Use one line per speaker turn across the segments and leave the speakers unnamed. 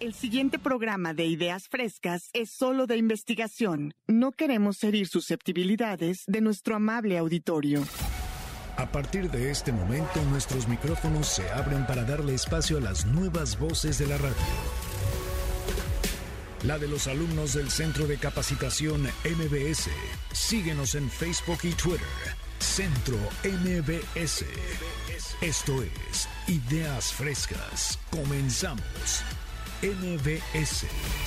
El siguiente programa de Ideas Frescas es solo de investigación. No queremos herir susceptibilidades de nuestro amable auditorio.
A partir de este momento, nuestros micrófonos se abren para darle espacio a las nuevas voces de la radio. La de los alumnos del Centro de Capacitación MBS. Síguenos en Facebook y Twitter. Centro MBS. Esto es Ideas Frescas. Comenzamos. MBS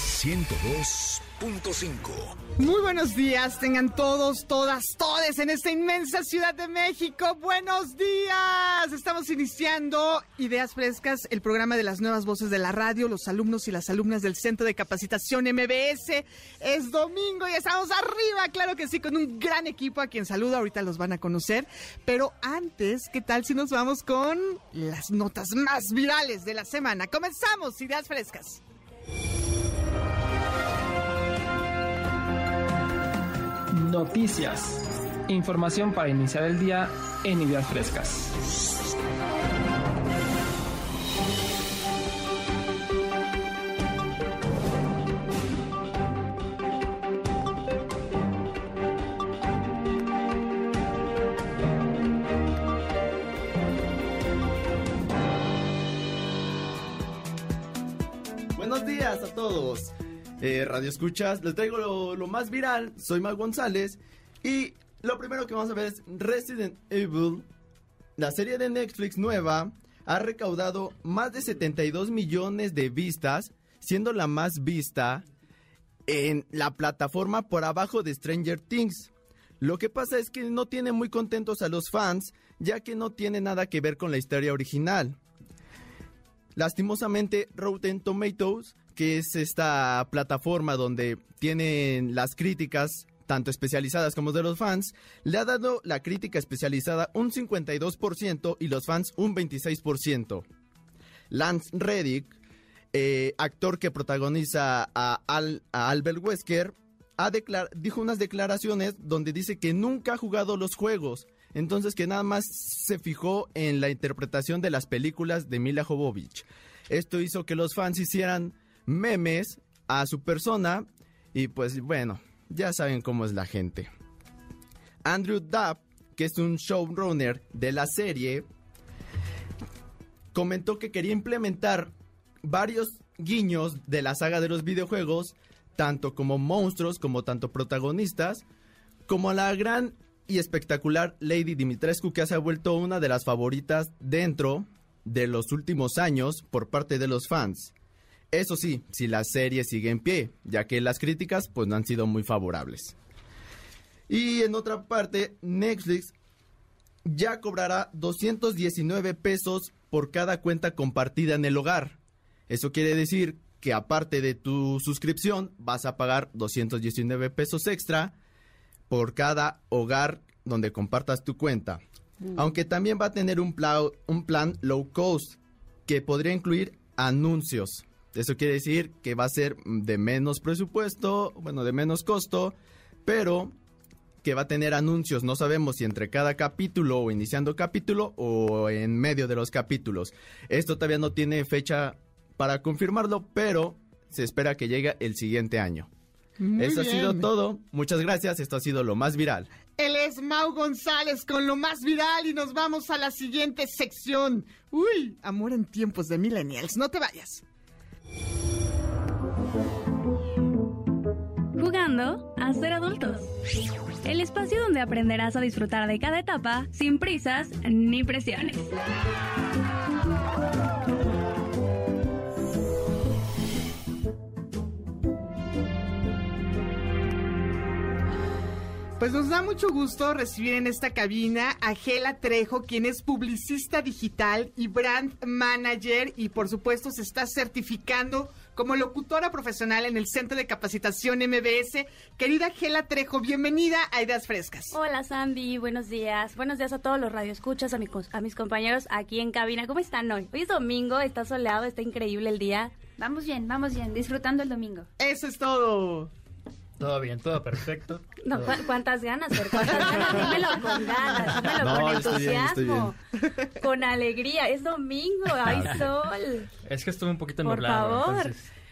102.5.
Muy buenos días, tengan todos, todas, todes en esta inmensa Ciudad de México. ¡Buenos días! Estamos iniciando Ideas Frescas, el programa de las nuevas voces de la radio, los alumnos y las alumnas del Centro de Capacitación MBS. Es domingo y estamos arriba, claro que sí, con un gran equipo a quien saludo. Ahorita los van a conocer. Pero antes, ¿qué tal si nos vamos con las notas más virales de la semana? Comenzamos, Ideas Frescas.
Noticias. Información para iniciar el día en Ideas Frescas.
Buenos días a todos. Radio Escuchas, les traigo lo más viral. Soy Mau González y lo primero que vamos a ver es Resident Evil. La serie de Netflix nueva ha recaudado más de 72 millones de vistas, siendo la más vista en la plataforma por abajo de Stranger Things. Lo que pasa es que no tiene muy contentos a los fans, ya que no tiene nada que ver con la historia original. Lastimosamente, Rotten Tomatoes, que es esta plataforma donde tienen las críticas tanto especializadas como de los fans, le ha dado la crítica especializada un 52% y los fans un 26%. Lance Reddick, actor que protagoniza a Albert Wesker, dijo unas declaraciones donde dice que nunca ha jugado los juegos, entonces que nada más se fijó en la interpretación de las películas de Mila Jovovich. Esto hizo que los fans hicieran memes a su persona y pues bueno, ya saben cómo es la gente. Andrew Dabb, que es un showrunner de la serie, comentó que quería implementar varios guiños de la saga de los videojuegos, tanto como monstruos, como tanto protagonistas, como la gran y espectacular Lady Dimitrescu, que se ha vuelto una de las favoritas dentro de los últimos años por parte de los fans. Eso sí, si la serie sigue en pie, ya que las críticas pues no han sido muy favorables. Y en otra parte, Netflix ya cobrará 219 pesos por cada cuenta compartida en el hogar. Eso quiere decir que aparte de tu suscripción, vas a pagar 219 pesos extra por cada hogar donde compartas tu cuenta. Aunque también va a tener un plan low cost que podría incluir anuncios. Eso quiere decir que va a ser de menos presupuesto, bueno, de menos costo, pero que va a tener anuncios. No sabemos si entre cada capítulo o iniciando capítulo o en medio de los capítulos. Esto todavía no tiene fecha para confirmarlo, pero se espera que llegue el siguiente año. Eso ha sido todo. Muchas gracias. Esto ha sido lo más viral.
Él es Mau González con lo más viral y nos vamos a la siguiente sección. Uy, amor en tiempos de millennials. No te vayas.
Jugando a ser adultos. El espacio donde aprenderás a disfrutar de cada etapa sin prisas ni presiones.
Pues nos da mucho gusto recibir en esta cabina a Gela Trejo, quien es publicista digital y brand manager y por supuesto se está certificando como locutora profesional en el Centro de Capacitación MBS. Querida Gela Trejo, bienvenida a Ideas Frescas.
Hola Sandy, buenos días. Buenos días a todos los radioescuchas, a mis compañeros aquí en cabina. ¿Cómo están hoy? Hoy es domingo, está soleado, está increíble el día.
Vamos bien, disfrutando el domingo.
Eso es todo.
Todo bien, todo perfecto.
No, ¿cuántas ganas, Fer? ¿Cuántas ganas? Dímelo con ganas, dímelo con entusiasmo, con alegría. Es domingo, hay sol.
Es que estuve un poquito
por
nublado.
Por favor.
Entonces...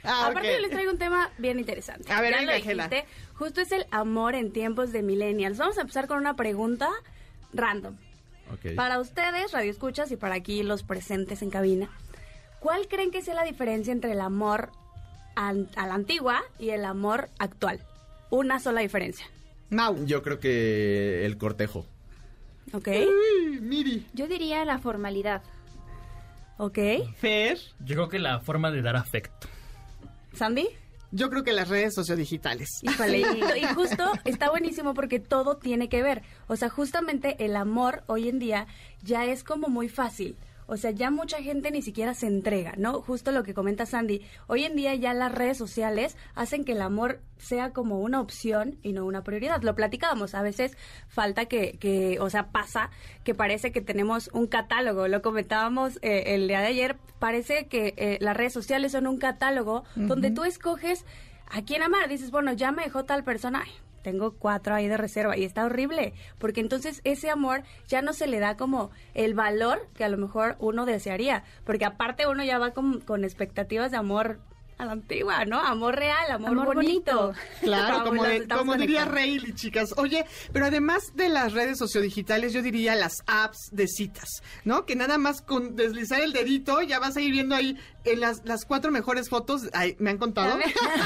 Aparte
ok.
yo les traigo un tema bien interesante.
A ver,
Ya
venga,
lo
Ángela.
dijiste, justo es el amor en tiempos de millennials. Vamos a empezar con una pregunta random.
Ok.
Para ustedes, radioescuchas, y para aquí los presentes en cabina, ¿cuál creen que sea la diferencia entre el amor a la antigua y el amor actual? Una sola diferencia,
Mau.
Yo creo que el cortejo.
¿ok?
Uy, Miri.
Yo diría la formalidad.
¿Ok?
Fer.
Yo creo que la forma de dar afecto.
¿Sandy?
Yo creo que las redes sociodigitales.
Híjole, y justo está buenísimo porque todo tiene que ver. O sea, justamente el amor hoy en día ya es como muy fácil. O sea, ya mucha gente ni siquiera se entrega, ¿no? Justo lo que comenta Sandy. Hoy en día ya las redes sociales hacen que el amor sea como una opción y no una prioridad. Lo platicábamos, a veces falta o sea, pasa que parece que tenemos un catálogo. Lo comentábamos el día de ayer. Parece que las redes sociales son un catálogo donde tú escoges a quién amar. Dices, bueno, ya me dejó tal persona. Ay, tengo 4 ahí de reserva y está horrible, porque entonces ese amor ya no se le da como el valor que a lo mejor uno desearía, porque aparte uno ya va con expectativas de amor a la antigua, ¿no? Amor real, amor bonito.
Claro,
Fabuloso, estamos
como diría
conectados.
Rayleigh, chicas. Oye, pero además de las redes sociodigitales, yo diría las apps de citas, ¿no? Que nada más con deslizar el dedito ya vas a ir viendo ahí en las 4 mejores fotos, ay, me han contado,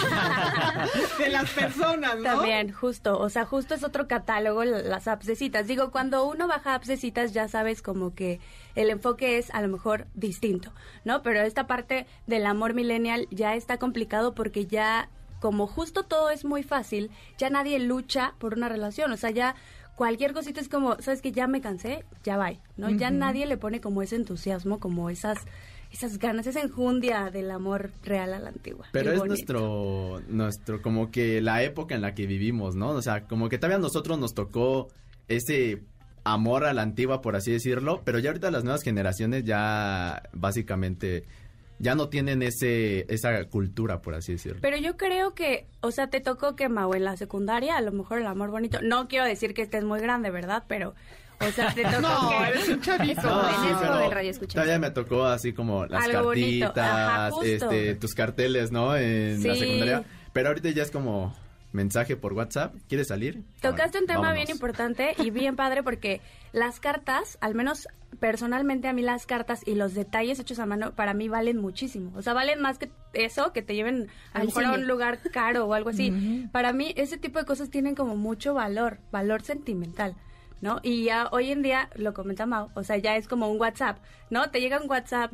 de las personas, ¿no?
También, justo, o sea, justo es otro catálogo las apps de citas. Digo, cuando uno baja apps de citas ya sabes como que el enfoque es a lo mejor distinto, ¿no? Pero esta parte del amor millennial ya está complicado porque ya, como justo todo es muy fácil, ya nadie lucha por una relación, o sea, ya cualquier cosita es como, ¿sabes qué? Ya me cansé, ya bye, ¿no? Ya nadie le pone como ese entusiasmo, como esas ganas, esa enjundia del amor real a la antigua.
Pero
el
es
bonito.
nuestro, como que la época en la que vivimos, ¿no? O sea, como que todavía a nosotros nos tocó ese amor a la antigua, por así decirlo, pero ya ahorita las nuevas generaciones ya básicamente ya no tienen esa cultura, por así decirlo.
Pero yo creo que, o sea, te tocó que, Mau, en la secundaria, a lo mejor el amor bonito, no quiero decir que estés muy grande, ¿verdad? Pero, o sea, te tocó
No,
que...
eres un chavito.
joven, es
pero
joven, radio escucha.
todavía me tocó así como las
Algo bonito.
cartitas,
Ajá, justo.
tus carteles, ¿no? En la
Sí.
secundaria. Pero ahorita ya es como mensaje por WhatsApp, ¿quieres salir?
Tocaste un tema
Vámonos.
bien importante y bien padre porque las cartas, al menos personalmente a mí las cartas y los detalles hechos a mano para mí valen muchísimo. O sea, valen más que eso, que te lleven a lo
Al
mejor a
cine.
un lugar caro o algo así. Para mí ese tipo de cosas tienen como mucho valor sentimental, ¿no? Y ya hoy en día, lo comenta Mau, o sea, ya es como un WhatsApp, ¿no? Te llega un WhatsApp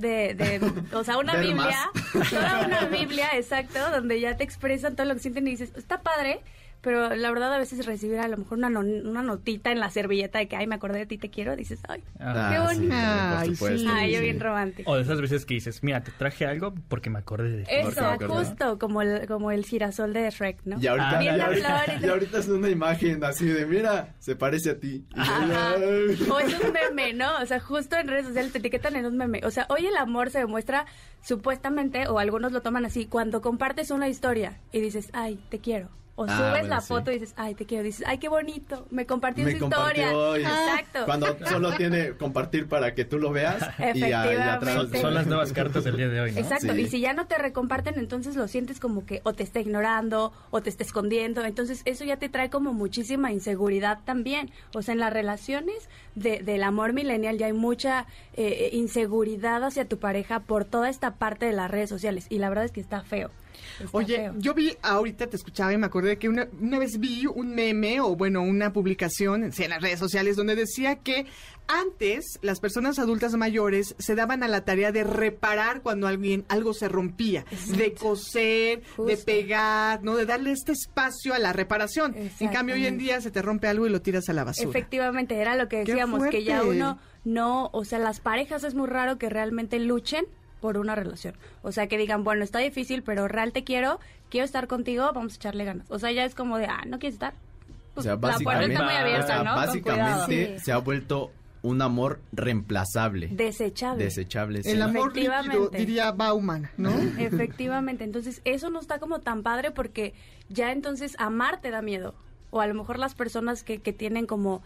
o sea, una
Ver
Biblia,
más.
toda una Biblia, exacto, donde ya te expresan todo lo que sienten y dices, está padre, pero la verdad a veces recibir a lo mejor una notita en la servilleta de que, ay, me acordé de ti, te quiero, dices, ay, qué
Ah,
bonito.
sí,
Ay,
por supuesto.
sí.
Ay, yo
sí.
bien romántico.
O de esas veces que dices, mira, te traje algo porque me acordé de ti.
Porque me
Eso,
acordé.
justo, como el girasol de Shrek, ¿no?
Y ahorita,
Bien
la
ahorita,
flor y
y ahorita es una imagen así de, mira, se parece a ti. Y yo,
Ajá.
ay.
O es un meme, ¿no? O sea, justo en redes sociales te etiquetan en un meme. O sea, hoy el amor se demuestra supuestamente, o algunos lo toman así, cuando compartes una historia y dices, ay, te quiero. O subes
bueno,
la
sí.
foto y dices, ay, te quiero. Dices, ay, qué bonito, me compartió
Me
su historia.
compartió y-
Exacto.
Cuando solo tiene compartir para que tú lo veas y ya atrás.
Efectivamente.
Son las nuevas cartas del día de hoy, ¿no?
Exacto,
Sí.
y si ya no te recomparten, entonces lo sientes como que o te está ignorando o te está escondiendo, entonces eso ya te trae como muchísima inseguridad también. O sea, en las relaciones del amor millennial ya hay mucha inseguridad hacia tu pareja por toda esta parte de las redes sociales y la verdad es que está feo. Está
Oye,
feo.
yo vi, ahorita te escuchaba y me acordé que una vez vi un meme o bueno, una publicación en las redes sociales donde decía que antes las personas adultas mayores se daban a la tarea de reparar cuando algo se rompía, de coser, de
Justo.
pegar, ¿no? De darle este espacio a la reparación. En cambio, hoy en día se te rompe algo y lo tiras a la basura.
Efectivamente, era lo que
¡Qué
decíamos, que ya
fuerte!
uno no, o sea, las parejas es muy raro que realmente luchen por una relación. O sea, que digan, bueno, está difícil, pero real te quiero estar contigo, vamos a echarle ganas. O sea, ya es como de, ¿no quieres estar?
O sea,
La puerta
básicamente,
está muy abierta,
o sea,
¿no? Con
básicamente
cuidado.
Sí.
se ha vuelto un amor reemplazable.
Desechable.
Desechable. sí.
El amor líquido,
Efectivamente.
diría Bauman, ¿no?
Efectivamente, entonces eso no está como tan padre porque ya entonces amar te da miedo. O a lo mejor las personas que tienen como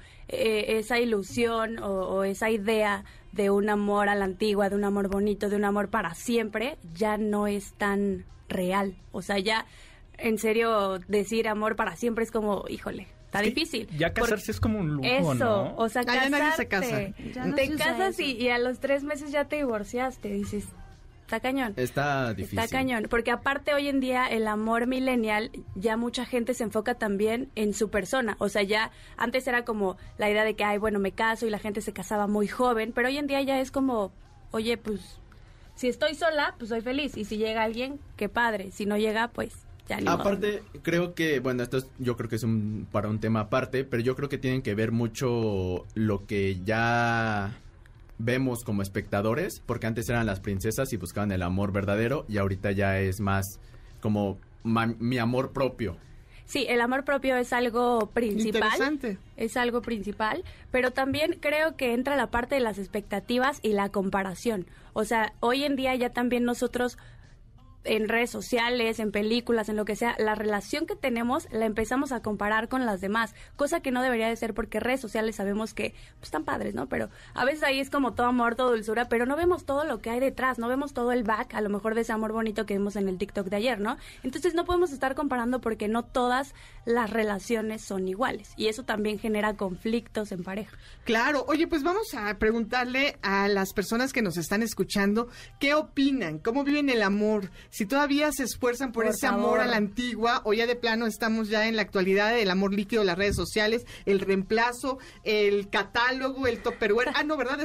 esa ilusión o esa idea de un amor a la antigua, de un amor bonito, de un amor para siempre, ya no es tan real. O sea, ya en serio decir amor para siempre es como, híjole, está difícil.
Ya casarse es como un lujo,
eso,
¿no?
o sea,
Ya nadie se
casarte,
casa.
Ya no
te
se usa
casas
eso.
y a los 3 meses ya te divorciaste, dices, está cañón.
Está difícil.
Está cañón, porque aparte hoy en día el amor millennial, ya mucha gente se enfoca también en su persona. O sea, ya antes era como la idea de que, ay, bueno, me caso y la gente se casaba muy joven, pero hoy en día ya es como, oye, pues, si estoy sola, pues soy feliz. Y si llega alguien, qué padre. Si no llega, pues, ya ni modo.
Aparte, creo que, bueno, yo creo que es para un tema aparte, pero yo creo que tienen que ver mucho lo que ya vemos como espectadores, porque antes eran las princesas y buscaban el amor verdadero, y ahorita ya es más como mi amor propio.
Sí, el amor propio es algo principal.
Interesante.
Es algo principal, pero también creo que entra la parte de las expectativas y la comparación. O sea, hoy en día ya también nosotros en redes sociales, en películas, en lo que sea, la relación que tenemos la empezamos a comparar con las demás, cosa que no debería de ser porque redes sociales sabemos que pues, están padres, ¿no? Pero a veces ahí es como todo amor, todo dulzura, pero no vemos todo lo que hay detrás, no vemos todo el back, a lo mejor de ese amor bonito que vimos en el TikTok de ayer, ¿no? Entonces no podemos estar comparando porque no todas las relaciones son iguales y eso también genera conflictos en pareja.
Claro, oye, pues vamos a preguntarle a las personas que nos están escuchando qué opinan, cómo viven el amor, si todavía se esfuerzan por ese amor
favor.
a la antigua o ya de plano estamos ya en la actualidad del amor líquido, las redes sociales, el reemplazo, el catálogo, el Tupperware. Ah, no, ¿verdad?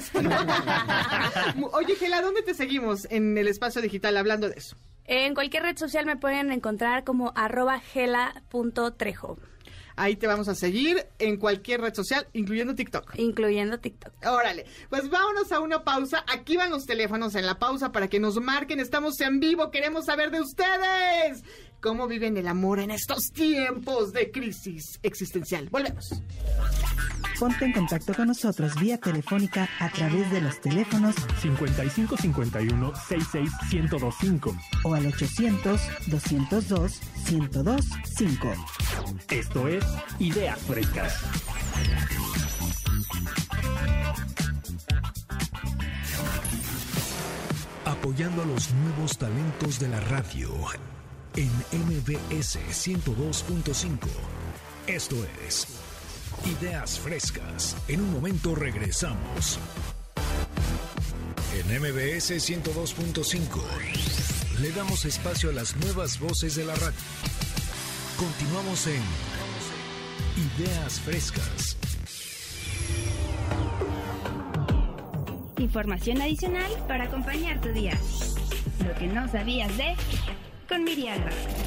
Oye, Gela, ¿dónde te seguimos en el espacio digital hablando de eso?
En cualquier red social me pueden encontrar como @gela.trejo,
Ahí te vamos a seguir en cualquier red social, incluyendo TikTok.
incluyendo TikTok.
Órale, pues vámonos a una pausa. Aquí van los teléfonos en la pausa para que nos marquen. Estamos en vivo, queremos saber de ustedes. ¿Cómo viven el amor en estos tiempos de crisis existencial? Volvemos.
Ponte en contacto con nosotros vía telefónica a través de los teléfonos
5551 66 1025
o al 800-202-1025.
Esto es Ideas Frescas.
Apoyando a los nuevos talentos de la radio en MBS 102.5. Esto es Ideas Frescas. En un momento regresamos. En MBS 102.5 le damos espacio a las nuevas voces de la radio. Continuamos en Ideas Frescas.
Información adicional para acompañar tu día. Lo que no sabías de... con Miri Alba.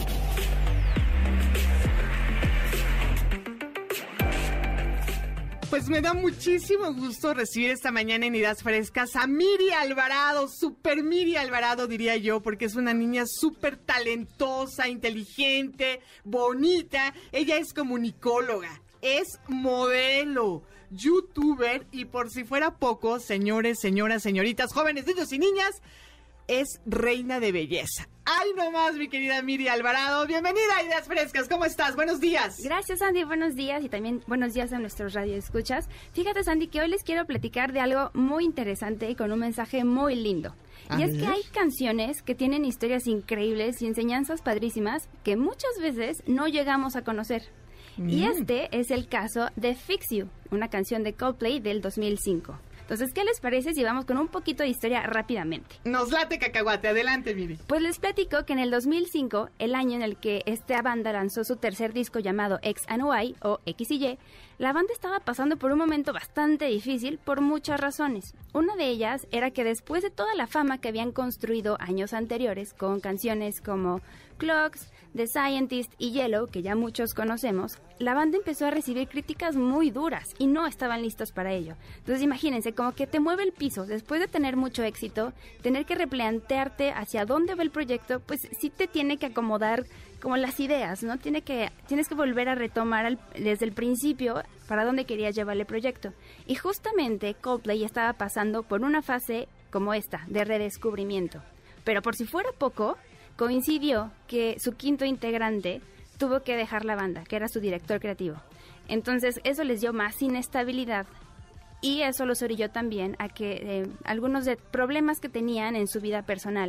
Pues me da muchísimo gusto recibir esta mañana en Ideas Frescas a Miri Alvarado, super Miri Alvarado diría yo, porque es una niña súper talentosa, inteligente, bonita. Ella es comunicóloga, es modelo, youtuber y por si fuera poco, señores, señoras, señoritas, jóvenes, niños y niñas, es reina de belleza. ¡Ay, no más, mi querida Miri Alvarado! Bienvenida a Ideas Frescas, ¿cómo estás? Buenos días.
Gracias, Sandy. Buenos días y también buenos días a nuestros radioescuchas. Fíjate, Sandy, que hoy les quiero platicar de algo muy interesante y con un mensaje muy lindo.
A
Y es
ver.
que hay canciones que tienen historias increíbles y enseñanzas padrísimas que muchas veces no llegamos a conocer. Y este es el caso de Fix You, una canción de Coldplay del 2005. Entonces, ¿qué les parece si vamos con un poquito de historia rápidamente?
Nos late cacahuate, adelante, Miri.
Pues les platico que en el 2005, el año en el que esta banda lanzó su tercer disco llamado X and Y o X y Y, la banda estaba pasando por un momento bastante difícil por muchas razones. Una de ellas era que después de toda la fama que habían construido años anteriores con canciones como Clocks, The Scientist y Yellow, que ya muchos conocemos, la banda empezó a recibir críticas muy duras y no estaban listos para ello. Entonces imagínense, como que te mueve el piso, después de tener mucho éxito, tener que replantearte hacia dónde va el proyecto, pues sí te tiene que acomodar como las ideas, ¿no? Tienes que volver a retomar desde el principio para dónde querías llevar el proyecto. Y justamente Coldplay estaba pasando por una fase como esta, de redescubrimiento. Pero por si fuera poco, coincidió que su quinto integrante tuvo que dejar la banda, que era su director creativo. Entonces eso les dio más inestabilidad y eso los orilló también a que algunos de problemas que tenían en su vida personal,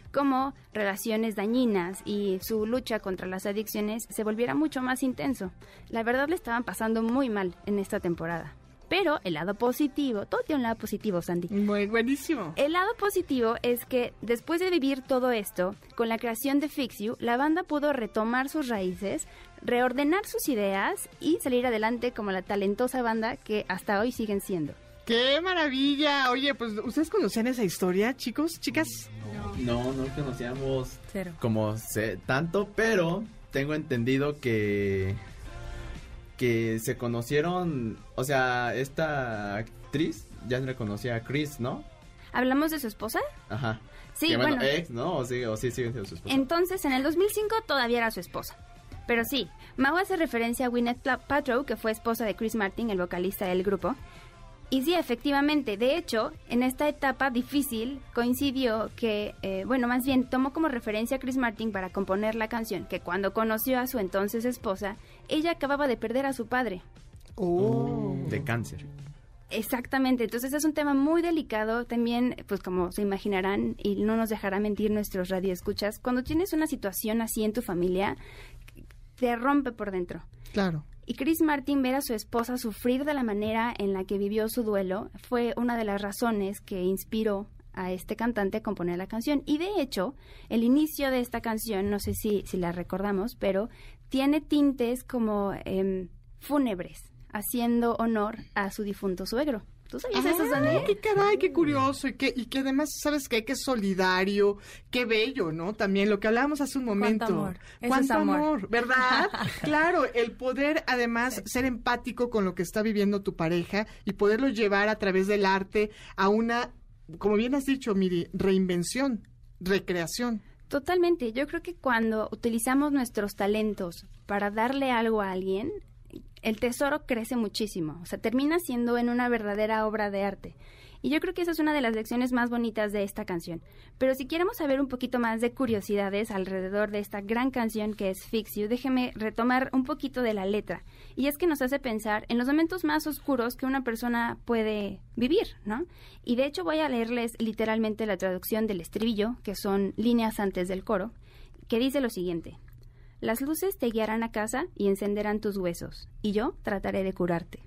cómo relaciones dañinas y su lucha contra las adicciones se volviera mucho más intenso. La verdad le estaban pasando muy mal en esta temporada. Pero el lado positivo, todo tiene un lado positivo, Sandy.
Muy buenísimo.
El lado positivo es que después de vivir todo esto, con la creación de Fix You, la banda pudo retomar sus raíces, reordenar sus ideas y salir adelante como la talentosa banda que hasta hoy siguen siendo.
¡Qué maravilla! Oye, pues, ¿ustedes conocían esa historia, chicos, chicas?
No conocíamos
Cero.
como tanto, pero tengo entendido que se conocieron, o sea, esta actriz ya se le conocía a Chris, ¿no?
¿Hablamos de su esposa?
Ajá.
Sí,
que,
bueno.
Ex, ¿no? O sí siguen siendo su esposa.
Entonces, en el 2005 todavía era su esposa. Pero sí, Mau hace referencia a Gwyneth Paltrow, que fue esposa de Chris Martin, el vocalista del grupo. Y sí, efectivamente, de hecho, en esta etapa difícil coincidió que, más bien tomó como referencia a Chris Martin para componer la canción, que cuando conoció a su entonces esposa, ella acababa de perder a su padre.
De cáncer.
Exactamente, entonces es un tema muy delicado también, pues como se imaginarán, y no nos dejará mentir nuestros radioescuchas, cuando tienes una situación así en tu familia, te rompe por dentro.
Claro.
Y Chris Martin ver a su esposa sufrir de la manera en la que vivió su duelo fue una de las razones que inspiró a este cantante a componer la canción. Y de hecho, el inicio de esta canción, no sé si la recordamos, pero tiene tintes como fúnebres, haciendo honor a su difunto suegro. ¿Tú sabías eso, Sandy?
¡Qué caray, qué curioso! Y que además, ¿sabes qué? Que es solidario, qué bello, ¿no? También lo que hablábamos hace un momento.
Cuánto amor. Eso
¡Cuánto
es amor.
¿Verdad? Claro, el poder además ser empático con lo que está viviendo tu pareja y poderlo llevar a través del arte a una, como bien has dicho, Miri, reinvención, recreación.
Totalmente. Yo creo que cuando utilizamos nuestros talentos para darle algo a alguien, el tesoro crece muchísimo, o sea, termina siendo en una verdadera obra de arte. Y yo creo que esa es una de las lecciones más bonitas de esta canción. Pero si queremos saber un poquito más de curiosidades alrededor de esta gran canción que es Fix You, déjeme retomar un poquito de la letra. Y es que nos hace pensar en los momentos más oscuros que una persona puede vivir, ¿no? Y de hecho voy a leerles literalmente la traducción del estribillo, que son líneas antes del coro, que dice lo siguiente: las luces te guiarán a casa y encenderán tus huesos, y yo trataré de curarte.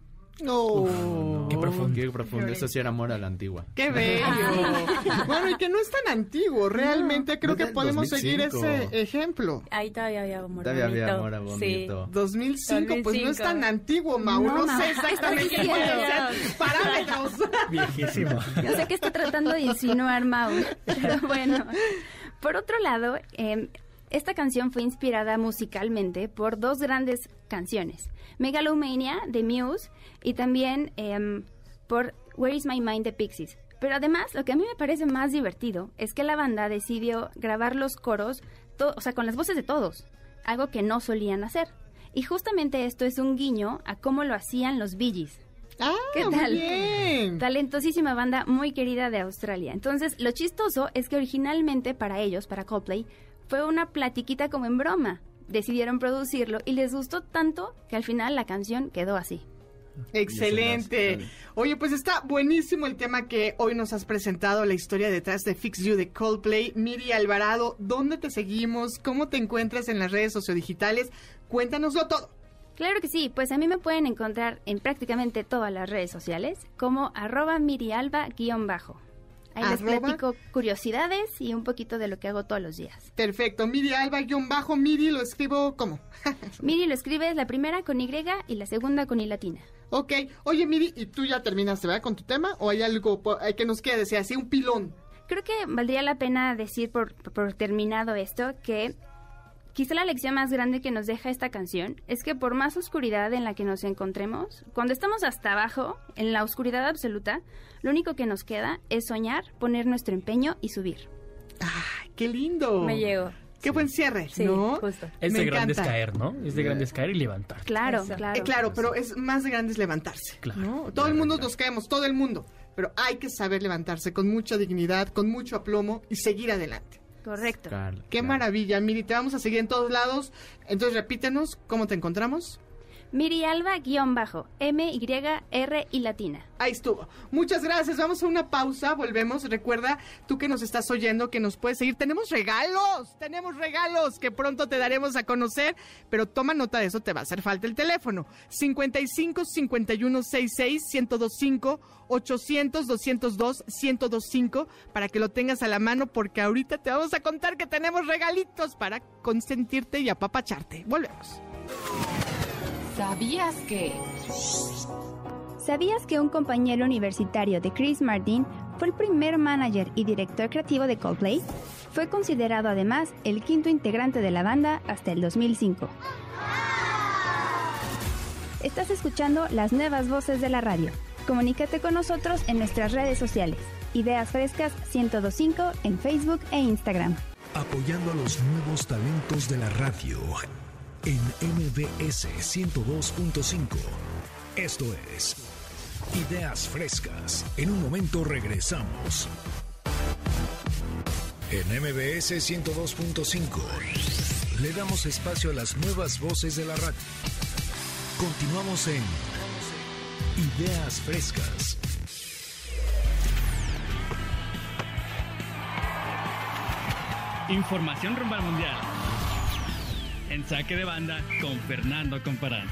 ¡No!
Qué profundo. Eso sí era amor a la antigua.
¡Qué bello! Bueno, y que no es tan antiguo. Realmente creo que podemos
2005.
seguir ese ejemplo.
Ahí todavía había amor
Todavía
bonito.
había amor bonito.
2005, pues no es tan antiguo, Mau.
No,
No sé exactamente cuáles sean parámetros.
Viejísimo.
Yo sé que está tratando de insinuar Mau, pero bueno. Por otro lado, esta canción fue inspirada musicalmente por dos grandes canciones, Megalomania de Muse y también por Where Is My Mind de Pixies. Pero además, lo que a mí me parece más divertido es que la banda decidió grabar los coros, con las voces de todos, algo que no solían hacer. Y justamente esto es un guiño a cómo lo hacían los Bee Gees.
¡Ah,
¿Qué
muy
tal?
bien!
Talentosísima banda muy querida de Australia. Entonces, lo chistoso es que originalmente para ellos, para Coldplay, fue una platiquita como en broma. Decidieron producirlo y les gustó tanto que al final la canción quedó así.
Excelente. Oye, pues está buenísimo el tema que hoy nos has presentado, la historia detrás de Fix You de Coldplay. Miri Alvarado, ¿dónde te seguimos? ¿Cómo te encuentras en las redes sociodigitales? Cuéntanoslo todo.
Claro que sí, pues a mí me pueden encontrar en prácticamente todas las redes sociales como @mirialba_. Ahí les platico curiosidades y un poquito de lo que hago todos los días.
Perfecto, Miri Alba_ Miri lo escribo ¿cómo?
Miri lo escribes la primera con Y y la segunda con I latina.
Ok, oye Miri, ¿y tú ya terminaste, verdad, con tu tema? ¿O hay algo que nos quede decir, así un pilón?
Creo que valdría la pena decir por terminado esto que quizá la lección más grande que nos deja esta canción es que por más oscuridad en la que nos encontremos, cuando estamos hasta abajo, en la oscuridad absoluta, lo único que nos queda es soñar, poner nuestro empeño y subir.
¡Ay, qué lindo!
Me llegó.
Qué buen cierre,
Sí,
¿no?
justo.
Es
Me
de grandes
encanta.
caer, ¿no? Es de grandes caer y levantar.
Claro,
Eso.
claro.
Claro, pero es más de grandes levantarse,
Claro.
¿no? Todo el mundo nos caemos, todo el mundo, pero hay que saber levantarse con mucha dignidad, con mucho aplomo y seguir adelante.
Correcto.
Qué maravilla, Miri, te vamos a seguir en todos lados. Entonces repítenos, ¿cómo te encontramos?
Mirialba_MYR y latina.
Ahí estuvo. Muchas gracias. Vamos a una pausa. Volvemos. Recuerda, tú que nos estás oyendo, que nos puedes seguir. Tenemos regalos que pronto te daremos a conocer. Pero toma nota de eso, te va a hacer falta el teléfono. 55 51 66 1025 800 202 1025 para que lo tengas a la mano, porque ahorita te vamos a contar que tenemos regalitos para consentirte y apapacharte. Volvemos.
¿Sabías que?
¿Sabías que un compañero universitario de Chris Martin fue el primer manager y director creativo de Coldplay? Fue considerado además el quinto integrante de la banda hasta el 2005. Estás escuchando las nuevas voces de la radio. Comunícate con nosotros en nuestras redes sociales. Ideas Frescas 1025 en Facebook e Instagram.
Apoyando a los nuevos talentos de la radio en MBS 102.5. Esto es Ideas Frescas. En un momento regresamos. En MBS 102.5 le damos espacio a las nuevas voces de la radio. Continuamos en Ideas Frescas.
Información rumbo al mundial. En Saque de Banda con Fernando Comparán.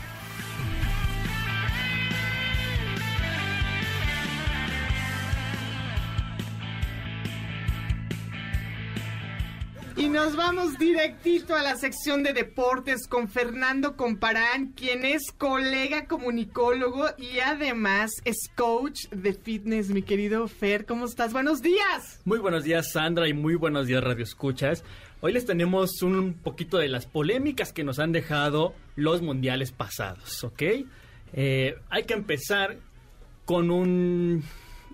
Y nos vamos directito a la sección de deportes con Fernando Comparán, quien es colega comunicólogo y además es coach de fitness. Mi querido Fer, ¿cómo estás? ¡Buenos días!
Muy buenos días, Sandra, y muy buenos días, Radio Escuchas. Hoy les tenemos un poquito de las polémicas que nos han dejado los mundiales pasados, ¿ok? Hay que empezar con un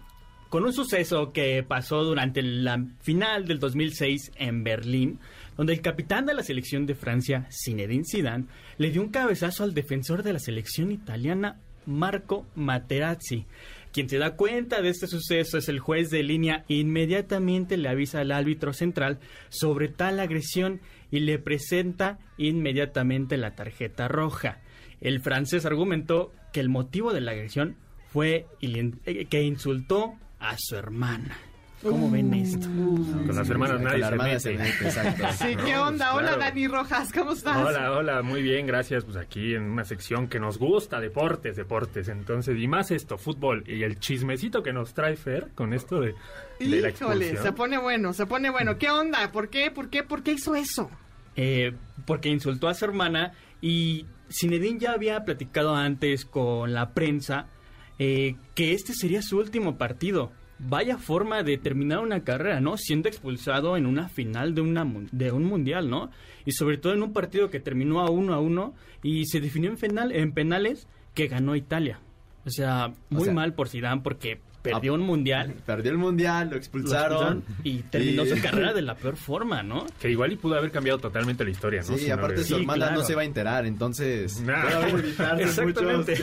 suceso que pasó durante la final del 2006 en Berlín, donde el capitán de la selección de Francia, Zinedine Zidane, le dio un cabezazo al defensor de la selección italiana, Marco Materazzi. Quien se da cuenta de este suceso es el juez de línea e inmediatamente le avisa al árbitro central sobre tal agresión y le presenta inmediatamente la tarjeta roja. El francés argumentó que el motivo de la agresión fue que insultó a su hermana. ¿Cómo ven esto?
Con las hermanas nadie se mete.
Exacto. Sí, ¿qué onda? Hola, claro. Dani Rojas, ¿cómo estás?
Hola, muy bien, gracias. Pues aquí en una sección que nos gusta, deportes. Entonces, y más esto, fútbol. Y el chismecito que nos trae Fer con esto de la expulsión.
Se pone bueno. ¿Qué onda? ¿Por qué hizo eso?
Porque insultó a su hermana y Zinedine ya había platicado antes con la prensa que este sería su último partido. Vaya forma de terminar una carrera, ¿no? Siendo expulsado en una final de un mundial, ¿no? Y sobre todo en un partido que terminó a 1-1 y se definió en penales que ganó Italia. O sea, mal por Zidane porque perdió un mundial.
Perdió el mundial, lo expulsaron
y terminó su carrera de la peor forma, ¿no?
Que igual y pudo haber cambiado totalmente la historia, ¿no?
Sí, aparte su hermana no se va a enterar, entonces...
Exactamente.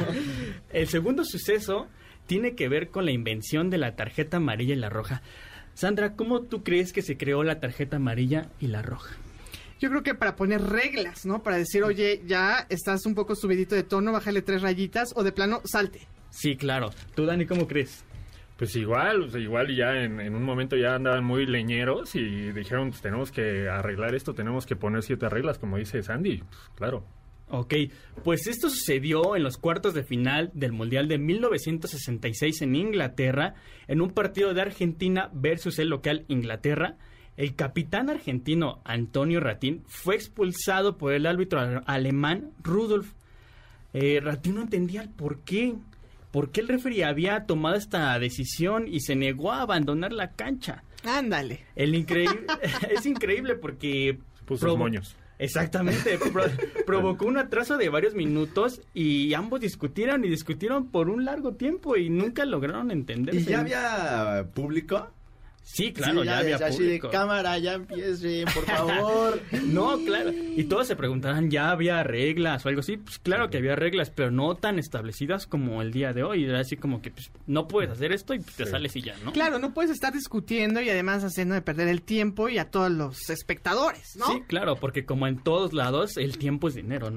El segundo suceso tiene que ver con la invención de la tarjeta amarilla y la roja. Sandra, ¿cómo tú crees que se creó la tarjeta amarilla y la roja?
Yo creo que para poner reglas, ¿no? Para decir, oye, ya estás un poco subidito de tono, bájale 3 rayitas o de plano, salte.
Sí, claro. ¿Tú, Dani, cómo crees?
Pues igual ya en un momento ya andaban muy leñeros y dijeron, pues tenemos que arreglar esto, tenemos que poner ciertas reglas, como dice Sandy, pues, claro.
Ok, pues esto sucedió en los cuartos de final del Mundial de 1966 en Inglaterra, en un partido de Argentina versus el local Inglaterra. El capitán argentino Antonio Ratín fue expulsado por el árbitro alemán Rudolf. Ratín no entendía el por qué el referee había tomado esta decisión y se negó a abandonar la cancha.
Ándale.
Es increíble porque...
Puso los moños.
Exactamente, provocó un atraso de varios minutos y ambos discutieron por un largo tiempo y nunca lograron entenderse.
¿Y ya había público?
Sí, claro, sí, ya había público.
Así de cámara, ya empiece, por favor.
No, claro. Y todos se preguntarán, ¿ya había reglas o algo así? Pues claro que había reglas, pero no tan establecidas como el día de hoy. Era así como que pues, no puedes hacer esto y pues, te sales y ya, ¿no?
Claro, no puedes estar discutiendo y además haciendo de perder el tiempo y a todos los espectadores, ¿no?
Sí, claro, porque como en todos lados, el tiempo es dinero, ¿no?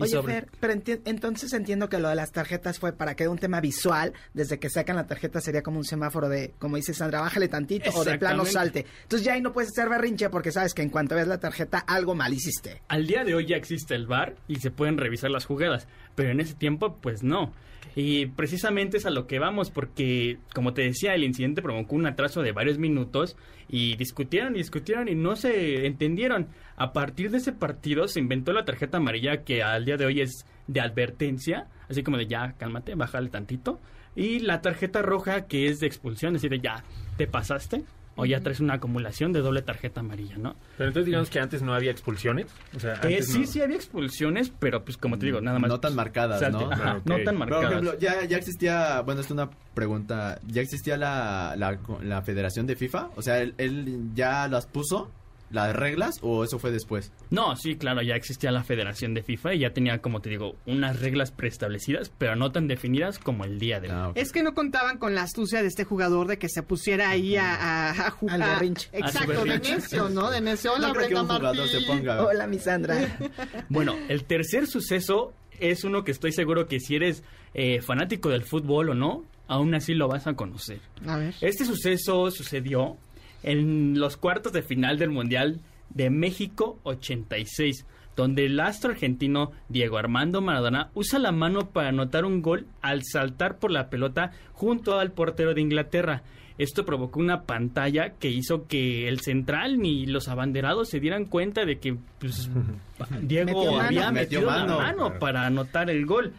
Oye, Fer, pero entonces entiendo que lo de las tarjetas fue para que era un tema visual. Desde que sacan la tarjeta sería como un semáforo de, como dice Sandra, bájale tantito o de plano salte. Entonces ya ahí no puedes hacer berrinche porque sabes que en cuanto ves la tarjeta algo mal hiciste.
Al día de hoy ya existe el VAR y se pueden revisar las jugadas, pero en ese tiempo pues no. Y precisamente es a lo que vamos porque, como te decía, el incidente provocó un atraso de varios minutos y discutieron y no se entendieron. A partir de ese partido se inventó la tarjeta amarilla que al día de hoy es de advertencia, así como de ya, cálmate, bájale tantito. Y la tarjeta roja que es de expulsión, es decir, de ya, te pasaste. O ya traes una acumulación de doble tarjeta amarilla, ¿no?
Pero entonces digamos que antes no había expulsiones. O sea,
sí había expulsiones, pero pues como te digo, nada más.
No tan marcadas, ¿no?
Ajá, okay. No tan marcadas.
Por ejemplo, ya existía, bueno, es una pregunta, ¿ya existía la Federación de FIFA? O sea, ¿él ya las puso, las reglas, o eso fue después?
No, sí, claro, ya existía la Federación de FIFA y ya tenía, como te digo, unas reglas preestablecidas, pero no tan definidas como el día de hoy.
Okay. Es que no contaban con la astucia de este jugador de que se pusiera ahí a jugar.
Al berrinche.
Exacto, de necio, ¿no? De necio. Hola,
no creo
Brenda
que un jugador se ponga.
Hola, mi Sandra.
Bueno, el tercer suceso es uno que estoy seguro que si eres fanático del fútbol o no, aún así lo vas a conocer.
A ver.
Este suceso sucedió en los cuartos de final del Mundial de México 86, donde el astro argentino Diego Armando Maradona usa la mano para anotar un gol al saltar por la pelota junto al portero de Inglaterra. Esto provocó una pantalla que hizo que el central ni los abanderados se dieran cuenta de que pues, Diego había metido la mano para anotar el gol.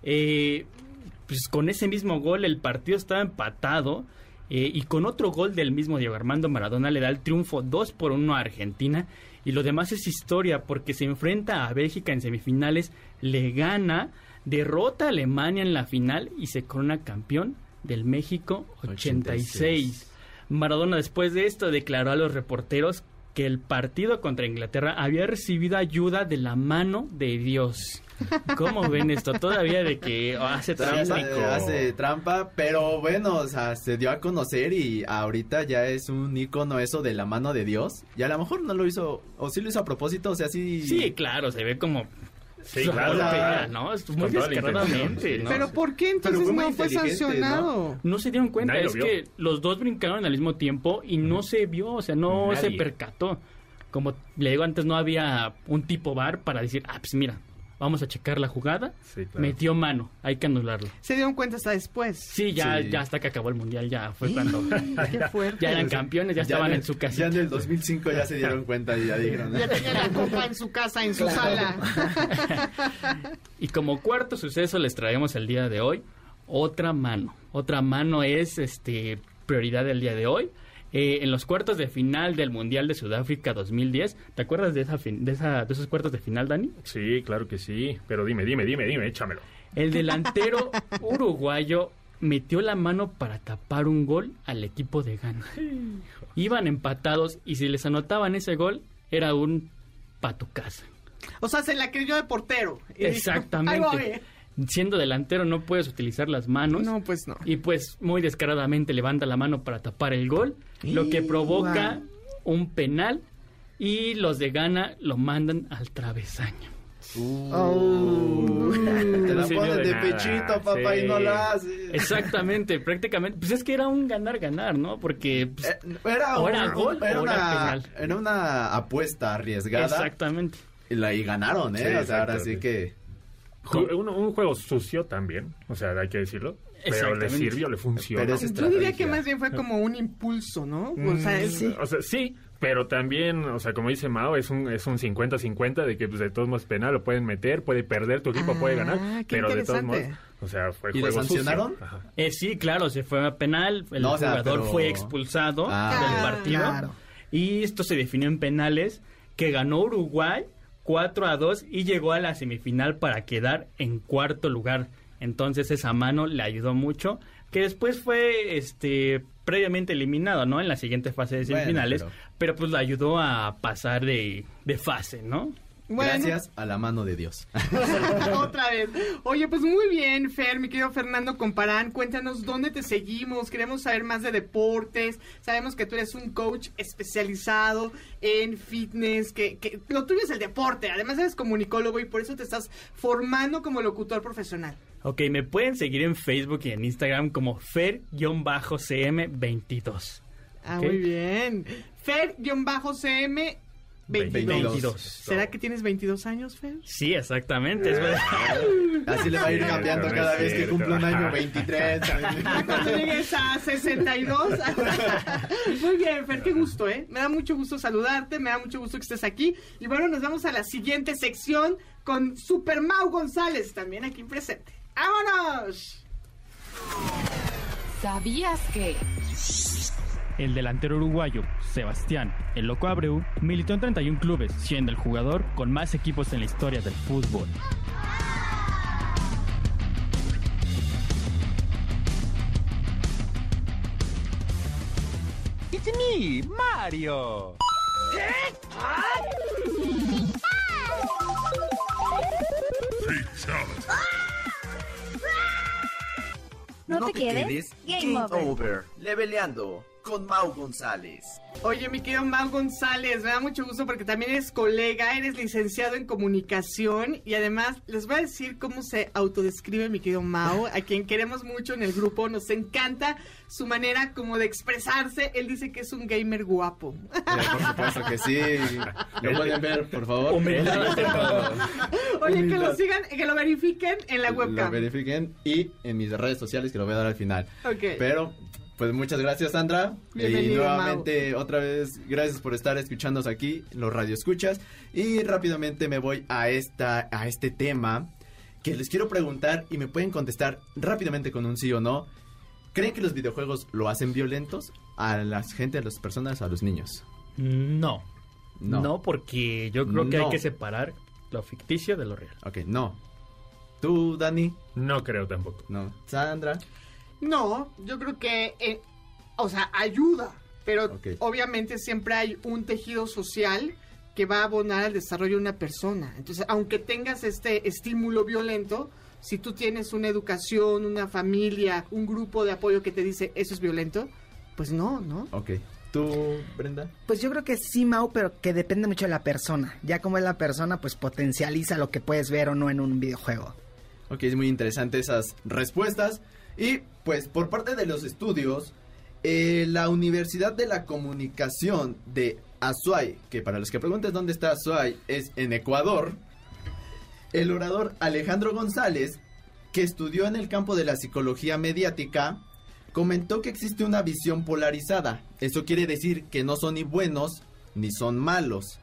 Pues con ese mismo gol el partido estaba empatado. Y con otro gol del mismo Diego Armando Maradona le da el triunfo 2-1 a Argentina. Y lo demás es historia porque se enfrenta a Bélgica en semifinales, le gana, derrota a Alemania en la final y se corona campeón del México 86. Maradona después de esto declaró a los reporteros que el partido contra Inglaterra había recibido ayuda de la mano de Dios. ¿Cómo ven esto? Todavía de que hace trampa.
Hace trampa, pero bueno, o sea, se dio a conocer y ahorita ya es un ícono eso de la mano de Dios. Y a lo mejor no lo hizo, o sí lo hizo a propósito, o sea, sí...
Sí, claro, se ve como...
Sí, claro.
¿no? Es muy descaradamente, ¿no?
Pero ¿por qué entonces no fue sancionado?
No se dieron cuenta, es que los dos brincaron al mismo tiempo y no se vio, o sea, no se percató. Como le digo antes, no había un tipo VAR para decir, pues mira, vamos a checar la jugada, sí, claro. Metió mano, hay que anularlo.
¿Se dieron cuenta hasta después?
Sí, ya hasta que acabó el Mundial, ya fue cuando
qué fuerte.
Ya eran campeones, ya estaban en su casa.
Ya en el 2005 ya se dieron cuenta y ya dijeron.
Ya tenían la copa en su casa, en su sala.
Y como cuarto suceso les traemos el día de hoy, otra mano. Otra mano es prioridad del día de hoy. En los cuartos de final del Mundial de Sudáfrica 2010. ¿Te acuerdas de esos cuartos de final, Dani?
Sí, claro que sí. Pero dime, échamelo.
El delantero uruguayo metió la mano para tapar un gol al equipo de Ghana. Iban empatados y si les anotaban ese gol, era un patucaza.
O sea, se la creyó de portero.
Exactamente. Siendo delantero no puedes utilizar las manos.
No, pues no.
Y pues muy descaradamente levanta la mano para tapar el gol, lo que provoca un penal y los de Ghana lo mandan al travesaño.
Te la ponen de pechito, papá, y no la haces.
Exactamente, prácticamente. Pues es que era un ganar-ganar, ¿no? Porque pues, era gol o era penal.
Era una apuesta arriesgada.
Exactamente.
Y ganaron,
Sí,
o sea, ahora sí que...
Un juego sucio también, o sea, hay que decirlo. Pero le sirvió, le funcionó.
Yo diría que más bien fue como un impulso, ¿no? O sea,
sí, pero también, o sea, como dice Mao, es un 50-50 de que pues, de todos modos penal lo pueden meter, puede perder, tu equipo puede ganar, pero de todos modos, o sea, fue juego sucio.
¿Y le sancionaron?
Sí, claro, se fue a penal, el jugador fue expulsado del partido. Claro. Y esto se definió en penales, que ganó Uruguay 4-2 y llegó a la semifinal para quedar en cuarto lugar. Entonces esa mano le ayudó mucho, que después fue previamente eliminado, ¿no? En la siguiente fase de semifinales, pero pues le ayudó a pasar de fase, ¿no?
Bueno.
Gracias a la mano de Dios.
Otra vez. Oye, pues muy bien, Fer, mi querido Fernando Comparán, cuéntanos dónde te seguimos, queremos saber más de deportes, sabemos que tú eres un coach especializado en fitness, que lo tuyo es el deporte, además eres comunicólogo y por eso te estás formando como locutor profesional.
Ok, me pueden seguir en Facebook y en Instagram como Fer-CM22.
Ah,
¿Okay?
muy bien. Fer-CM 22. ¿Será que tienes 22 años, Fer?
Sí, exactamente. Es verdad.
Así le va a ir cambiando cada vez que cumple un año, 23.
Cuando llegues a 62. Muy bien, Fer, qué gusto, ¿eh? Me da mucho gusto saludarte, me da mucho gusto que estés aquí. Y bueno, nos vamos a la siguiente sección con Super Mau González, también aquí presente. ¡Vámonos!
¿Sabías que...?
El delantero uruguayo, Sebastián El Loco Abreu, militó en 31 clubes, siendo el jugador con más equipos en la historia del fútbol.
It's me, Mario.
No te quedes. Game over.
Leveleando con Mau González.
Oye, mi querido Mau González, me da mucho gusto porque también eres colega, eres licenciado en comunicación y además les voy a decir cómo se autodescribe mi querido Mau, a quien queremos mucho en el grupo, nos encanta su manera como de expresarse, él dice que es un gamer guapo.
Por supuesto que sí, lo pueden ver, por favor.
Oye, que lo sigan, que lo verifiquen en la webcam.
Lo verifiquen y en mis redes sociales que lo voy a dar al final.
Ok.
Pero... pues muchas gracias, Sandra.
Bienvenido,
y nuevamente, otra vez, gracias por estar escuchándonos aquí, los radioescuchas. Y rápidamente me voy a este tema que les quiero preguntar y me pueden contestar rápidamente con un sí o no. ¿Creen que los videojuegos lo hacen violentos a la gente, a las personas, a los niños?
No, porque yo creo que hay que separar lo ficticio de lo real.
Ok, no. ¿Tú, Dani?
No creo tampoco.
No. ¿Sandra?
No, yo creo que, ayuda, pero obviamente siempre hay un tejido social que va a abonar al desarrollo de una persona. Entonces, aunque tengas este estímulo violento, si tú tienes una educación, una familia, un grupo de apoyo que te dice eso es violento, pues no.
Ok. ¿Tú, Brenda?
Pues yo creo que sí, Mau, pero que depende mucho de la persona. Ya como es la persona, pues potencializa lo que puedes ver o no en un videojuego.
Ok, es muy interesante esas respuestas. Y pues por parte de los estudios, la Universidad de la Comunicación de Azuay, que para los que pregunten dónde está Azuay, es en Ecuador, el orador Alejandro González, que estudió en el campo de la psicología mediática, comentó que existe una visión polarizada. Eso quiere decir que no son ni buenos ni son malos.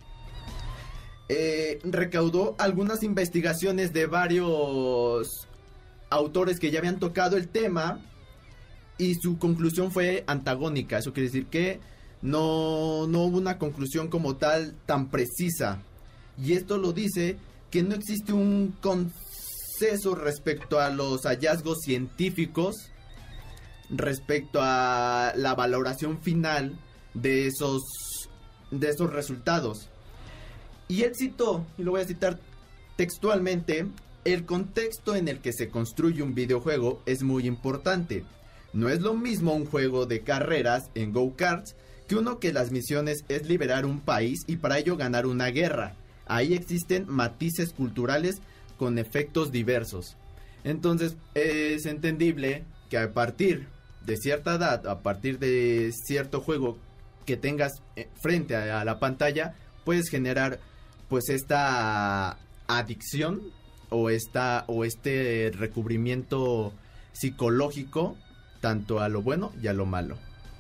Recaudó algunas investigaciones de varios autores que ya habían tocado el tema y su conclusión fue antagónica. Eso quiere decir que no hubo una conclusión como tal tan precisa, y esto lo dice que no existe un consenso respecto a los hallazgos científicos, respecto a la valoración final de esos resultados. Y él citó, y lo voy a citar textualmente: el contexto en el que se construye un videojuego es muy importante. No es lo mismo un juego de carreras en go-karts que uno que las misiones es liberar un país y para ello ganar una guerra. Ahí existen matices culturales con efectos diversos. Entonces es entendible que a partir de cierta edad, a partir de cierto juego que tengas frente a la pantalla, puedes generar pues esta adicción o este recubrimiento psicológico tanto a lo bueno y a lo malo.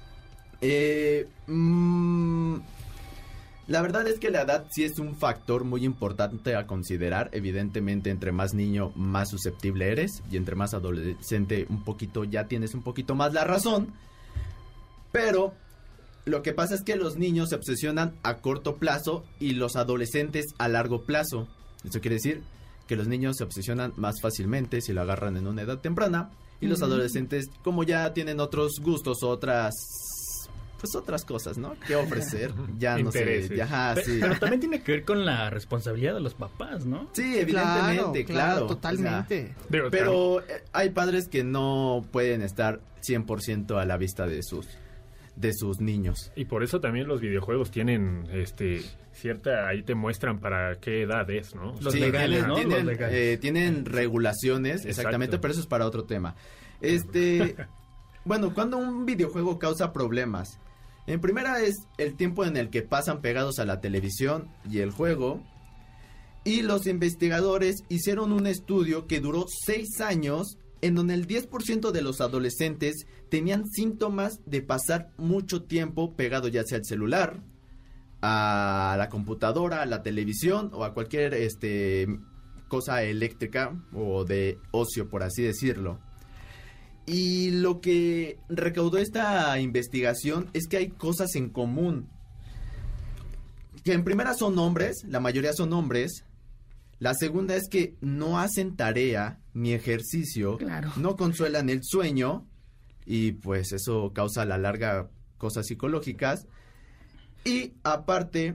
La verdad es que la edad sí es un factor muy importante a considerar. Evidentemente, entre más niño, más susceptible eres, y entre más adolescente, un poquito ya tienes un poquito más la razón. Pero lo que pasa es que los niños se obsesionan a corto plazo y los adolescentes a largo plazo. Eso quiere decir que los niños se obsesionan más fácilmente si lo agarran en una edad temprana, y los adolescentes, como ya tienen otros gustos, otras pues otras cosas, ¿no? ¿Qué ofrecer? Ya no sé, sí.
Pero también tiene que ver con la responsabilidad de los papás, ¿no?
Sí, evidentemente, claro.
Totalmente.
O sea, pero hay padres que no pueden estar 100% a la vista de sus niños.
Y por eso también los videojuegos tienen cierta, ahí te muestran para qué edad es, ¿no?
Los legales, ¿no?
Tienen regulaciones, exactamente, pero eso es para otro tema. Bueno, cuando un videojuego causa problemas, en primera es el tiempo en el que pasan pegados a la televisión y el juego. Y los investigadores hicieron un estudio que duró 6 años, en donde el 10% de los adolescentes tenían síntomas de pasar mucho tiempo pegado ya sea al celular, a la computadora, a la televisión o a cualquier cosa eléctrica o de ocio, por así decirlo. Y lo que recaudó esta investigación es que hay cosas en común. Que en primera son hombres, la mayoría son hombres. La segunda es que no hacen tarea ni ejercicio, no consuelan el sueño y pues eso causa a la larga cosas psicológicas. Y aparte,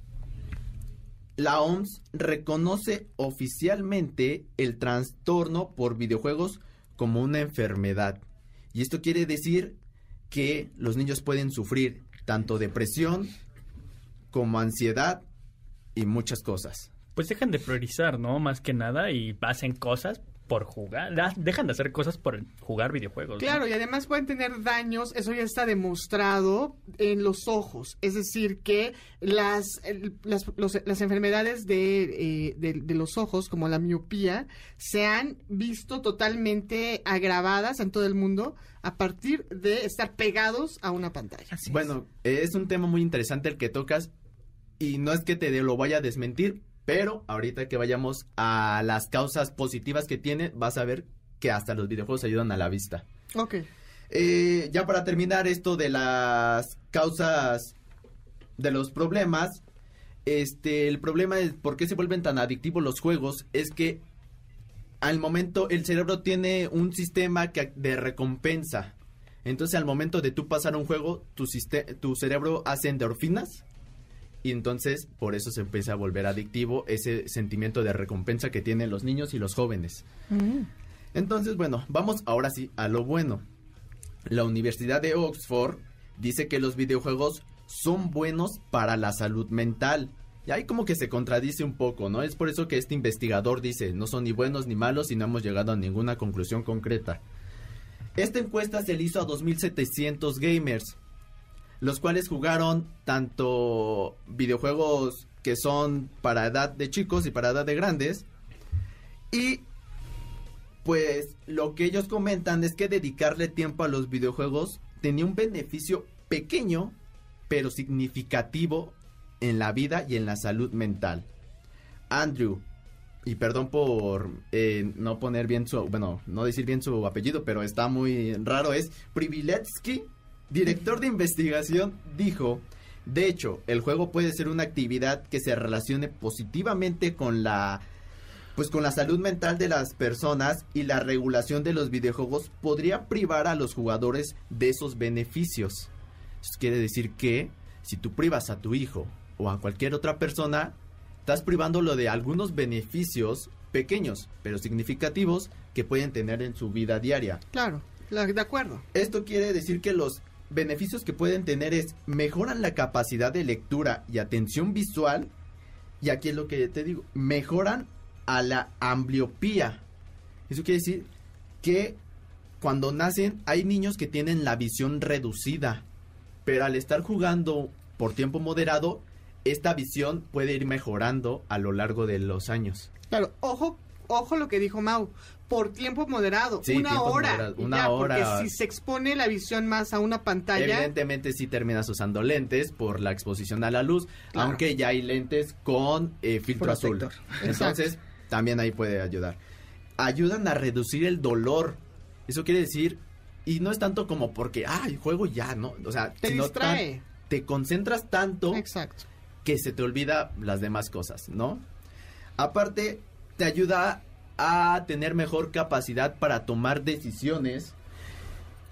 la OMS reconoce oficialmente el trastorno por videojuegos como una enfermedad. Y esto quiere decir que los niños pueden sufrir tanto depresión como ansiedad y muchas cosas.
Pues dejan de priorizar, ¿no? Más que nada, y hacen cosas por jugar. Dejan de hacer cosas por jugar videojuegos, ¿no?
Claro, y además pueden tener daños, eso ya está demostrado, en los ojos. Es decir, que las enfermedades de los ojos, como la miopía, se han visto totalmente agravadas en todo el mundo a partir de estar pegados a una pantalla.
Bueno, es un tema muy interesante el que tocas, y no es que te lo vaya a desmentir, pero ahorita que vayamos a las causas positivas que tiene, vas a ver que hasta los videojuegos ayudan a la vista.
Ok.
Ya para terminar esto de las causas de los problemas, el problema es por qué se vuelven tan adictivos los juegos, es que al momento el cerebro tiene un sistema de recompensa. Entonces al momento de tú pasar un juego, tu cerebro hace endorfinas. Y entonces, por eso se empieza a volver adictivo ese sentimiento de recompensa que tienen los niños y los jóvenes. Entonces, bueno, vamos ahora sí a lo bueno. La Universidad de Oxford dice que los videojuegos son buenos para la salud mental. Y ahí como que se contradice un poco, ¿no? Es por eso que este investigador dice, no son ni buenos ni malos y no hemos llegado a ninguna conclusión concreta. Esta encuesta se le hizo a 2,700 gamers, los cuales jugaron tanto videojuegos que son para edad de chicos y para edad de grandes. Y pues lo que ellos comentan es que dedicarle tiempo a los videojuegos tenía un beneficio pequeño, pero significativo en la vida y en la salud mental. Andrew, y perdón por no poner bien no decir bien su apellido, pero está muy raro, es Priviletsky, director de investigación, dijo: de hecho, el juego puede ser una actividad que se relacione positivamente con la salud mental de las personas, y la regulación de los videojuegos podría privar a los jugadores de esos beneficios. Eso quiere decir que si tú privas a tu hijo o a cualquier otra persona, estás privándolo de algunos beneficios pequeños, pero significativos, que pueden tener en su vida diaria.
Claro, de acuerdo.
Esto quiere decir que los beneficios que pueden tener es mejoran la capacidad de lectura y atención visual, y aquí es lo que te digo, mejoran a la ambliopía. Eso quiere decir que cuando nacen hay niños que tienen la visión reducida, pero al estar jugando por tiempo moderado, esta visión puede ir mejorando a lo largo de los años.
Claro, ojo lo que dijo Mau, por tiempo moderado,
sí,
una hora.
Hora.
Porque si se expone la visión más a una pantalla,
evidentemente sí terminas usando lentes por la exposición a la luz, claro, aunque ya hay lentes con filtro azul. Entonces, también ahí puede ayudar. Ayudan a reducir el dolor. Eso quiere decir, y no es tanto como porque, juego ya, ¿no? O sea,
te distrae.
Te concentras tanto,
exacto,
que se te olvida las demás cosas, ¿no? Aparte, te ayuda a tener mejor capacidad para tomar decisiones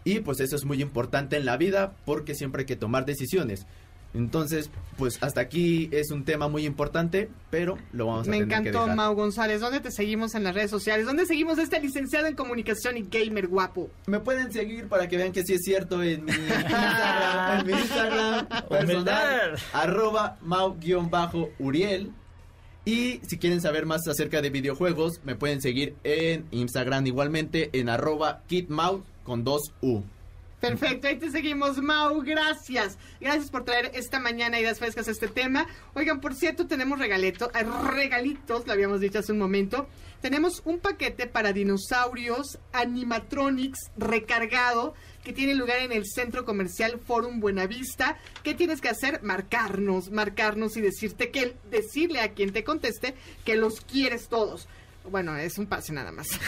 Y pues eso es muy importante en la vida porque siempre hay que tomar decisiones. Entonces, pues hasta aquí es un tema muy importante, pero lo vamos a tener que dejar.
Me encantó, Mau González. ¿Dónde te seguimos en las redes sociales? ¿Dónde seguimos a este licenciado en comunicación y gamer guapo?
Me pueden seguir para que vean que sí es cierto en mi Instagram personal, @mau_uriel. Y si quieren saber más acerca de videojuegos, me pueden seguir en Instagram igualmente en @kitmau con 2 U.
Perfecto, ahí te seguimos, Mau, gracias. Gracias por traer esta mañana ideas frescas a este tema. Oigan, por cierto, tenemos regalitos, lo habíamos dicho hace un momento. Tenemos un paquete para dinosaurios animatronics recargado que tiene lugar en el Centro Comercial Forum Buenavista. ¿Qué tienes que hacer? Marcarnos y decirle a quien te conteste que los quieres todos. Bueno, es un pase nada más.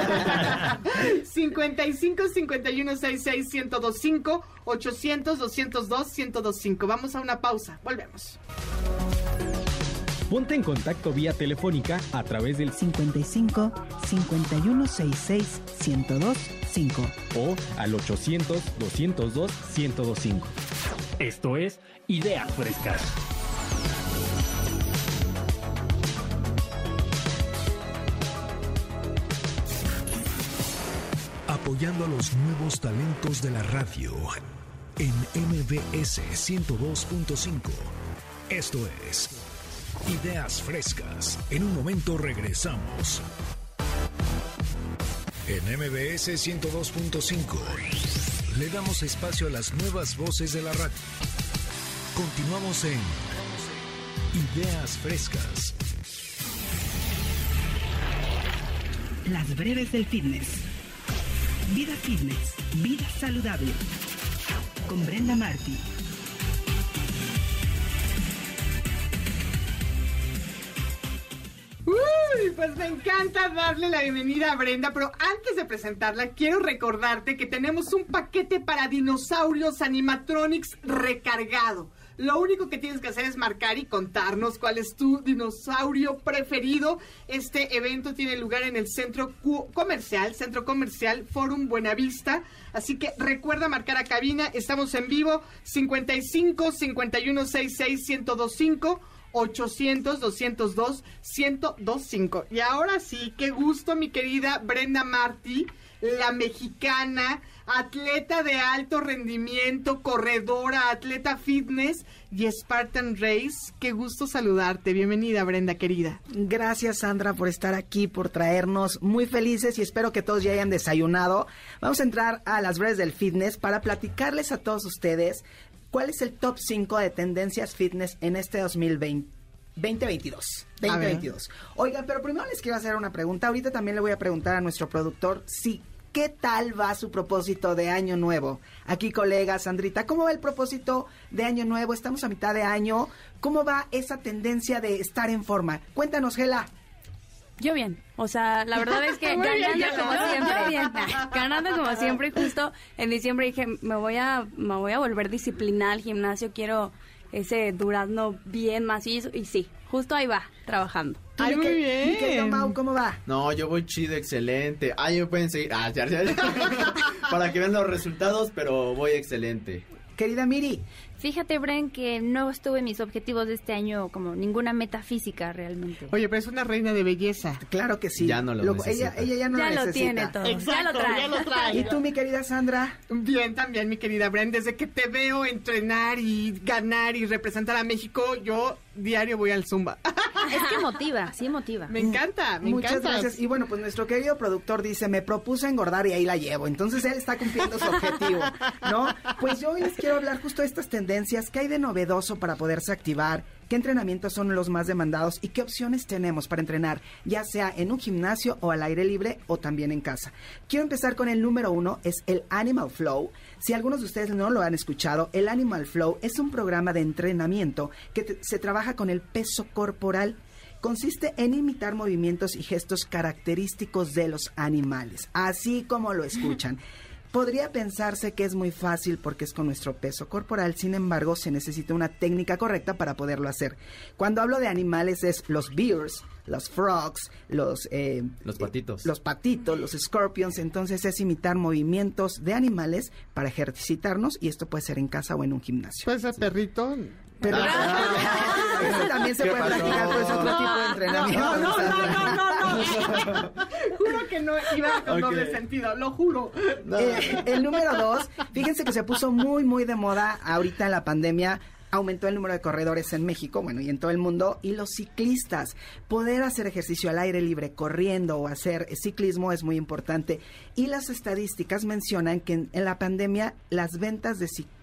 55 51 66 1025 800 202 1025. Vamos a una pausa. Volvemos.
Ponte en contacto vía telefónica a través del
55 51 66 1025
o al 800 202 1025.
Esto es Ideas Frescas.
Apoyando a los nuevos talentos de la radio en MBS 102.5. Esto es Ideas Frescas. En un momento regresamos. En MBS 102.5 le damos espacio a las nuevas voces de la radio. Continuamos en Ideas Frescas.
Las breves del fitness. Vida fitness, vida saludable. Con Brenda Martí.
Pues me encanta darle la bienvenida a Brenda, pero antes de presentarla, quiero recordarte que tenemos un paquete para dinosaurios animatronics recargado. Lo único que tienes que hacer es marcar y contarnos cuál es tu dinosaurio preferido. Este evento tiene lugar en el Centro Comercial Forum Buenavista. Así que recuerda marcar a cabina. Estamos en vivo. 55 51 66 1025 800 202 1025. Y ahora sí, qué gusto, mi querida Brenda Martí, la mexicana, atleta de alto rendimiento, corredora, atleta fitness y Spartan Race. Qué gusto saludarte. Bienvenida, Brenda, querida.
Gracias, Sandra, por estar aquí, por traernos. Muy felices y espero que todos ya hayan desayunado. Vamos a entrar a las breves del fitness para platicarles a todos ustedes cuál es el top 5 de tendencias fitness en este 2022. Oigan, pero primero les quiero hacer una pregunta. Ahorita también le voy a preguntar a nuestro productor ¿qué tal va su propósito de año nuevo? Aquí, colega Sandrita, ¿cómo va el propósito de año nuevo? Estamos a mitad de año. ¿Cómo va esa tendencia de estar en forma? Cuéntanos, Gela.
Yo bien, o sea, la verdad es que ganando como siempre, ganando como siempre, y justo en diciembre dije, me voy a volver disciplinada al gimnasio, quiero ese durazno bien macizo, y sí, justo ahí va, trabajando.
Ay, muy bien.
Mi querido Mau, ¿cómo va?
No, yo voy chido, excelente. Me pueden seguir. Ya. Para que vean los resultados, pero voy excelente.
Querida Miri.
Fíjate, Bren, que no estuve en mis objetivos de este año como ninguna meta física realmente.
Oye, pero es una reina de belleza.
Claro que sí.
Ya no lo necesita.
Ella ya no lo necesita.
Ya lo tiene todo.
Exacto, ya lo trae.
¿Y tú, mi querida Sandra?
Bien, también, mi querida Brenda. Desde que te veo entrenar y ganar y representar a México, yo diario voy al Zumba.
Es que motiva, sí motiva.
Me encanta,
Muchas gracias. Y bueno, pues nuestro querido productor dice, me propuso engordar y ahí la llevo. Entonces él está cumpliendo su objetivo, ¿no? Pues yo hoy les quiero hablar justo de estas tendencias. ¿Qué hay de novedoso para poderse activar? ¿Qué entrenamientos son los más demandados? ¿Y qué opciones tenemos para entrenar? Ya sea en un gimnasio o al aire libre o también en casa. Quiero empezar con el número 1, es el Animal Flow. Si algunos de ustedes no lo han escuchado, el Animal Flow es un programa de entrenamiento que se trabaja con el peso corporal. Consiste en imitar movimientos y gestos característicos de los animales, así como lo escuchan. Podría pensarse que es muy fácil porque es con nuestro peso corporal, sin embargo, se necesita una técnica correcta para poderlo hacer. Cuando hablo de animales es los bears, los frogs, los
patitos.
Los patitos, los scorpions, entonces es imitar movimientos de animales para ejercitarnos y esto puede ser en casa o en un gimnasio.
¿Puede ser perrito?
Pero eso también se puede practicar, pero es otro tipo de entrenamiento.
No. Juro que no iba con doble sentido, lo juro.
El número 2, fíjense que se puso muy, muy de moda ahorita en la pandemia. Aumentó el número de corredores en México, bueno, y en todo el mundo, y los ciclistas. Poder hacer ejercicio al aire libre, corriendo o hacer ciclismo es muy importante. Y las estadísticas mencionan que en la pandemia las ventas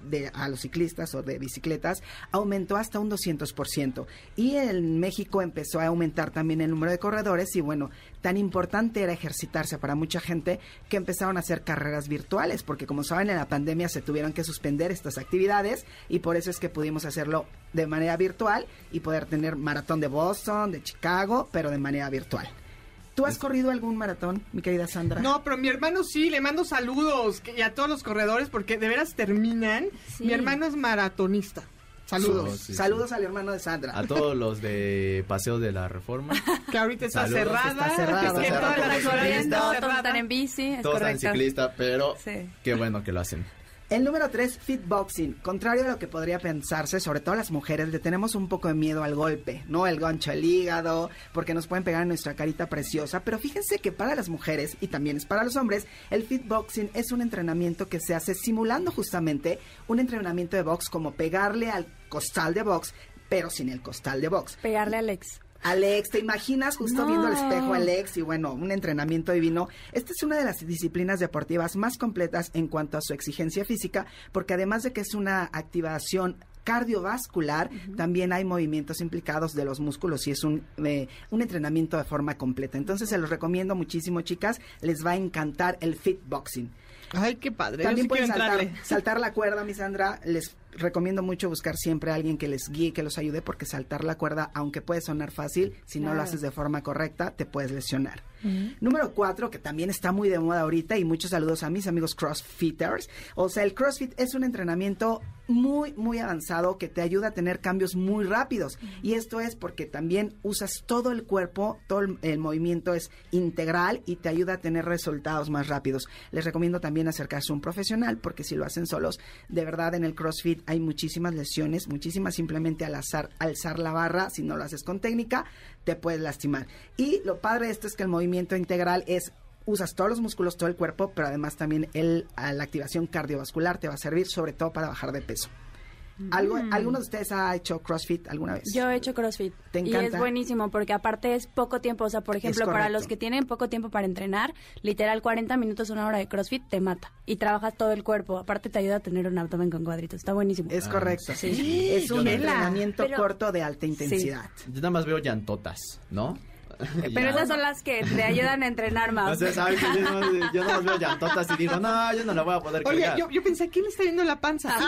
a los ciclistas o de bicicletas aumentó hasta un 200%. Y en México empezó a aumentar también el número de corredores y bueno, tan importante era ejercitarse para mucha gente que empezaron a hacer carreras virtuales, porque como saben en la pandemia se tuvieron que suspender estas actividades y por eso es que pudimos hacerlo de manera virtual y poder tener maratón de Boston, de Chicago, pero de manera virtual. ¿Tú has corrido algún maratón, mi querida Sandra?
No, pero mi hermano sí, le mando saludos y a todos los corredores porque de veras terminan. Sí. Mi hermano es maratonista. Saludos.
Saludos al hermano de Sandra.
A todos los de Paseo de la Reforma.
Que ahorita está cerrada.
Está cerrada.
Que todas las corriendo, todos están en bici.
Todos están en ciclista, pero qué bueno que lo hacen.
El número 3, fitboxing. Contrario a lo que podría pensarse, sobre todo las mujeres, le tenemos un poco de miedo al golpe, ¿no? El gancho al hígado, porque nos pueden pegar en nuestra carita preciosa. Pero fíjense que para las mujeres, y también es para los hombres, el fitboxing es un entrenamiento que se hace simulando justamente un entrenamiento de box, como pegarle al costal de box, pero sin el costal de box.
Pegarle al ex.
Alex, ¿te imaginas justo viendo al espejo Alex? Y bueno, un entrenamiento divino. Esta es una de las disciplinas deportivas más completas en cuanto a su exigencia física, porque además de que es una activación cardiovascular, también hay movimientos implicados de los músculos y es un entrenamiento de forma completa. Entonces se los recomiendo muchísimo, chicas. Les va a encantar el fitboxing.
Ay, qué padre.
También pueden saltar la cuerda, mi Sandra. Les recomiendo mucho buscar siempre a alguien que les guíe, que los ayude, porque saltar la cuerda, aunque puede sonar fácil, si no lo haces de forma correcta, te puedes lesionar. Número 4, que también está muy de moda ahorita, y muchos saludos a mis amigos crossfitters. O sea, el crossfit es un entrenamiento muy, muy avanzado que te ayuda a tener cambios muy rápidos. Y esto es porque también usas todo el cuerpo, todo el movimiento es integral y te ayuda a tener resultados más rápidos. Les recomiendo también acercarse a un profesional, porque si lo hacen solos, de verdad en el crossfit hay muchísimas lesiones, muchísimas simplemente al alzar la barra, si no lo haces con técnica, te puedes lastimar. Y lo padre de esto es que el movimiento integral usas todos los músculos, todo el cuerpo, pero además también la activación cardiovascular te va a servir sobre todo para bajar de peso. ¿Alguno de ustedes ha hecho CrossFit alguna vez?
Yo he hecho CrossFit.
¿Te encanta?
Y es buenísimo porque aparte es poco tiempo. O sea, por ejemplo, para los que tienen poco tiempo para entrenar, literal 40 minutos, una hora de CrossFit te mata. Y trabajas todo el cuerpo. Aparte te ayuda a tener un abdomen con cuadritos. Está buenísimo.
Es correcto. Sí. Es un entrenamiento corto de alta intensidad.
Yo nada más veo llantotas, ¿no?
Pero esas son las que te ayudan a entrenar más.
Entonces, ¿sabes? Yo no veo llantotas y digo, no, yo no la voy a poder cargar.
Oye, yo pensé, ¿quién le está viendo la panza?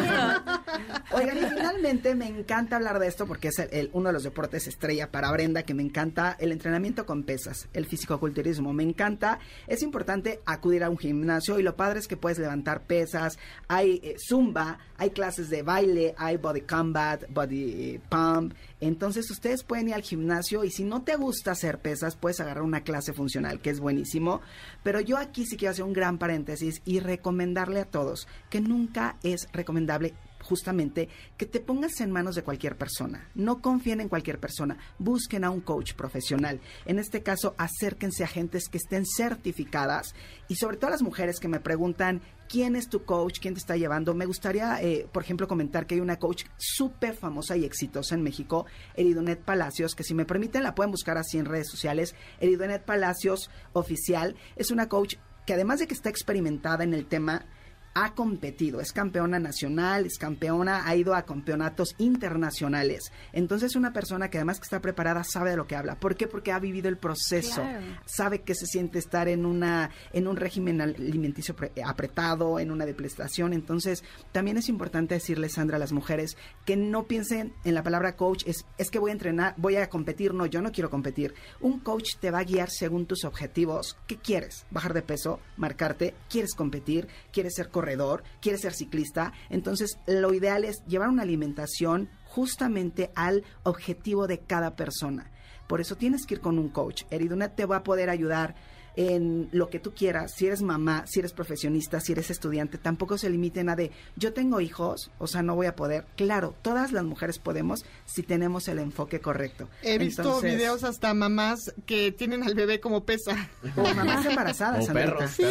Oigan, y finalmente me encanta hablar de esto porque es uno de los deportes estrella para Brenda, que me encanta el entrenamiento con pesas, el fisicoculturismo, me encanta. Es importante acudir a un gimnasio y lo padre es que puedes levantar pesas, hay zumba, hay clases de baile, hay body combat, body pump. Entonces ustedes pueden ir al gimnasio y si no te gusta hacer pesas, puedes agarrar una clase funcional, que es buenísimo. Pero yo aquí sí quiero hacer un gran paréntesis y recomendarle a todos que nunca es recomendable justamente que te pongas en manos de cualquier persona. No confíen en cualquier persona. Busquen a un coach profesional. En este caso, acérquense a gentes que estén certificadas y sobre todo a las mujeres que me preguntan ¿quién es tu coach? ¿Quién te está llevando? Me gustaría, por ejemplo, comentar que hay una coach súper famosa y exitosa en México, Eridonet Palacios, que si me permiten la pueden buscar así en redes sociales. Eridonet Palacios Oficial es una coach que además de que está experimentada en el tema, ha competido, es campeona nacional, es campeona, ha ido a campeonatos internacionales. Entonces una persona que además que está preparada sabe de lo que habla. ¿Por qué? Porque ha vivido el proceso, sabe que se siente estar en un régimen alimenticio apretado, en una depletación. Entonces también es importante decirle, Sandra, a las mujeres que no piensen en la palabra coach, es que voy a entrenar, voy a competir. No, yo no quiero competir. Un coach te va a guiar según tus objetivos. ¿Qué quieres? ¿Bajar de peso? ¿Marcarte? ¿Quieres competir? ¿Quieres ser corredor? ¿Quieres ser ciclista? Entonces, lo ideal es llevar una alimentación justamente al objetivo de cada persona. Por eso tienes que ir con un coach. Eridunet te va a poder ayudar en lo que tú quieras. Si eres mamá, si eres profesionista, si eres estudiante, tampoco se limiten a yo tengo hijos, o sea, no voy a poder. Claro, todas las mujeres podemos si tenemos el enfoque correcto.
He visto videos hasta mamás que tienen al bebé como pesa.
O mamás embarazadas,
o perros.
Sí,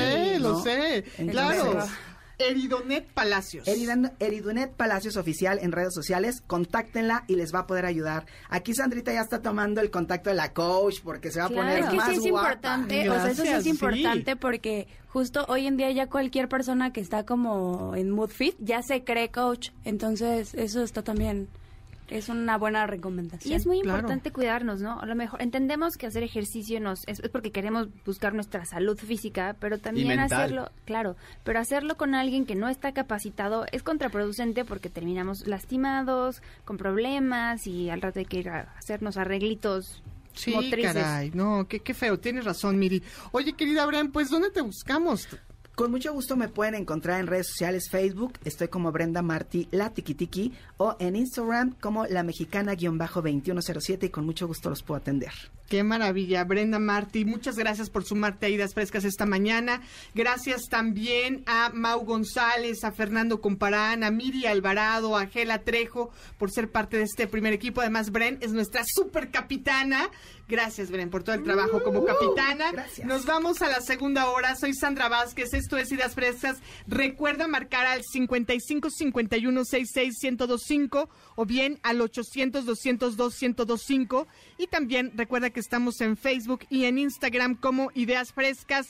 lo sé.
Entonces,
claro. Eridunet Palacios.
Eridunet Palacios Oficial en redes sociales, contáctenla y les va a poder ayudar. Aquí Sandrita ya está tomando el contacto de la coach porque se va a poner
es que
más
sí es
guapa.
importante, o sea, eso sí es importante porque justo hoy en día ya cualquier persona que está como en mood fit ya se cree coach, entonces eso está también... Es una buena recomendación.
Y es muy importante cuidarnos, ¿no? A lo mejor entendemos que hacer ejercicio es porque queremos buscar nuestra salud física, pero también hacerlo, pero hacerlo con alguien que no está capacitado es contraproducente porque terminamos lastimados, con problemas y al rato hay que ir a hacernos arreglitos motrices.
Caray, no, qué feo, tienes razón, Miri. Oye, querida Bren, pues, ¿dónde te buscamos?
Con mucho gusto me pueden encontrar en redes sociales, Facebook, estoy como Brenda Martí, la Tiquitiqui, o en Instagram como la mexicana-2107 y con mucho gusto los puedo atender.
Qué maravilla, Brenda Martí, muchas gracias por sumarte a Ideas Frescas esta mañana. Gracias también a Mau González, a Fernando Comparán, a Miri Alvarado, a Gela Trejo por ser parte de este primer equipo. Además, Bren es nuestra super capitana. Gracias, Bren, por todo el trabajo como capitana.
Gracias.
Nos vamos a la segunda hora. Soy Sandra Vázquez, esto es Ideas Frescas. Recuerda marcar al 55 51 66 1025 o bien al 800 202 1025 y también recuerda que estamos en Facebook y en Instagram como Ideas Frescas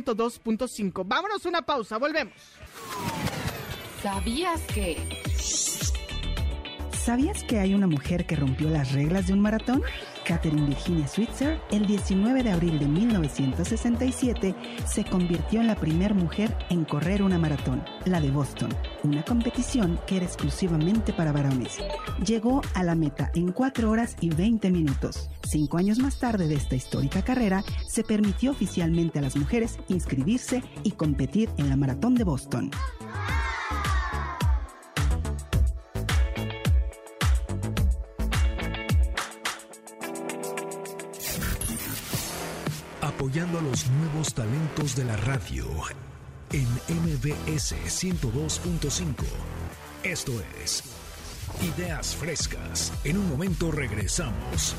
102.5. Vámonos a una pausa, volvemos.
¿Sabías que?
¿Sabías que hay una mujer que rompió las reglas de un maratón? Catherine Virginia Switzer, el 19 de abril de 1967, se convirtió en la primera mujer en correr una maratón, la de Boston, una competición que era exclusivamente para varones. Llegó a la meta en 4 horas y 20 minutos. 5 años más tarde de esta histórica carrera, se permitió oficialmente a las mujeres inscribirse y competir en la maratón de Boston.
Apoyando a los nuevos talentos de la radio en MBS 102.5. Esto es Ideas Frescas. En un momento regresamos.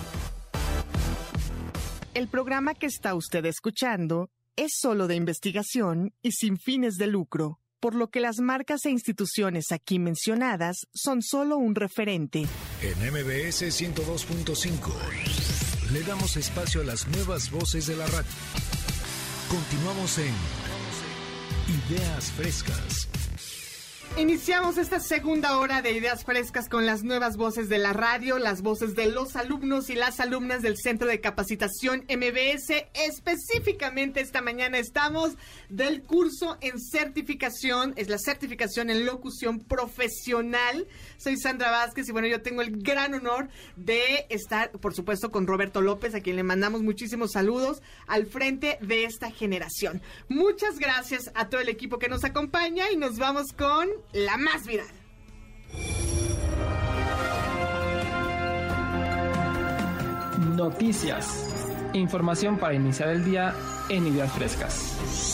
El programa que está usted escuchando es solo de investigación y sin fines de lucro, por lo que las marcas e instituciones aquí mencionadas son solo un referente.
En MBS 102.5 le damos espacio a las nuevas voces de la radio. Continuamos en Ideas Frescas.
Iniciamos esta segunda hora de Ideas Frescas con las nuevas voces de la radio, las voces de los alumnos y las alumnas del Centro de Capacitación MBS. Específicamente esta mañana estamos del curso en certificación, es la certificación en locución profesional. Soy Sandra Vázquez y bueno, yo tengo el gran honor de estar, por supuesto, con Roberto López, a quien le mandamos muchísimos saludos, al frente de esta generación. Muchas gracias a todo el equipo que nos acompaña y nos vamos con la más viral.
Noticias. Información para iniciar el día en Ideas Frescas.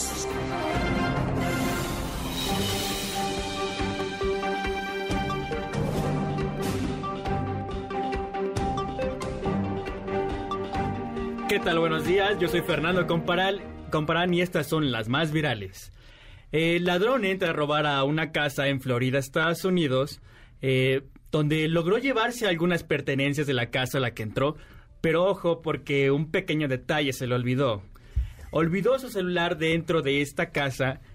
¿Qué tal? Buenos días, yo soy Fernando Comparán y estas son las más virales. El ladrón entra a robar a una casa en Florida, Estados Unidos, donde logró llevarse algunas pertenencias de la casa a la que entró, pero ojo porque un pequeño detalle se le olvidó. Olvidó su celular dentro de esta casa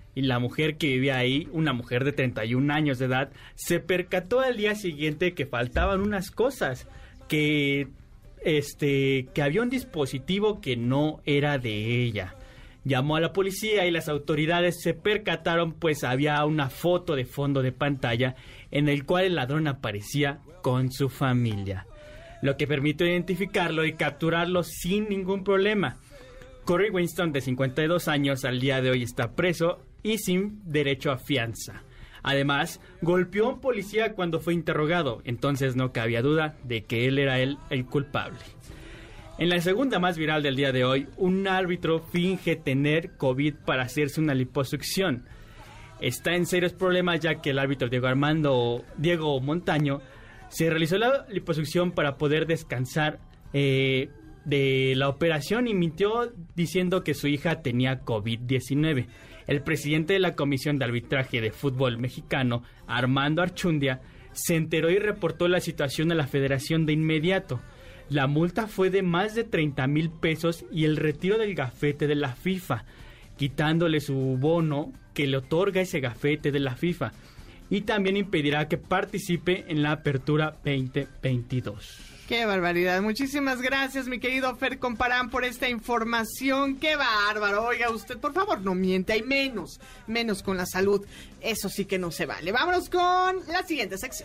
y la mujer que vivía ahí, una mujer de 31 años de edad, se percató al día siguiente que faltaban unas cosas, que había un dispositivo que no era de ella. Llamó a la policía y las autoridades se percataron, pues había una foto de fondo de pantalla en el cual el ladrón aparecía con su familia, lo que permitió identificarlo y capturarlo sin ningún problema. Corey Winston, de 52 años, al día de hoy está preso y sin derecho a fianza. Además, golpeó a un policía cuando fue interrogado, entonces no cabía duda de que él era el culpable. En la segunda más viral del día de hoy, un árbitro finge tener COVID para hacerse una liposucción. Está en serios problemas ya que el árbitro Diego Montaño se realizó la liposucción para poder descansar de la operación y mintió diciendo que su hija tenía COVID-19. El presidente de la Comisión de Arbitraje de Fútbol Mexicano, Armando Archundia, se enteró y reportó la situación a la federación de inmediato. La multa fue de más de 30,000 pesos y el retiro del gafete de la FIFA, quitándole su bono que le otorga ese gafete de la FIFA, y también impedirá que participe en la Apertura 2022.
¡Qué barbaridad! Muchísimas gracias, mi querido Fer Comparán, por esta información. ¡Qué bárbaro! Oiga, usted, por favor, no miente. Hay menos con la salud. Eso sí que no se vale. Vámonos con la siguiente sección.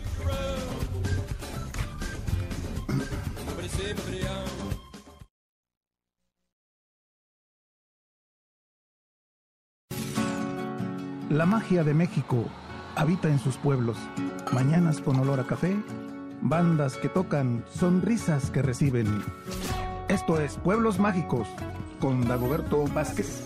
La magia de México habita en sus pueblos. Mañanas con olor a café, bandas que tocan, sonrisas que reciben. Esto es Pueblos Mágicos con Dagoberto Vázquez.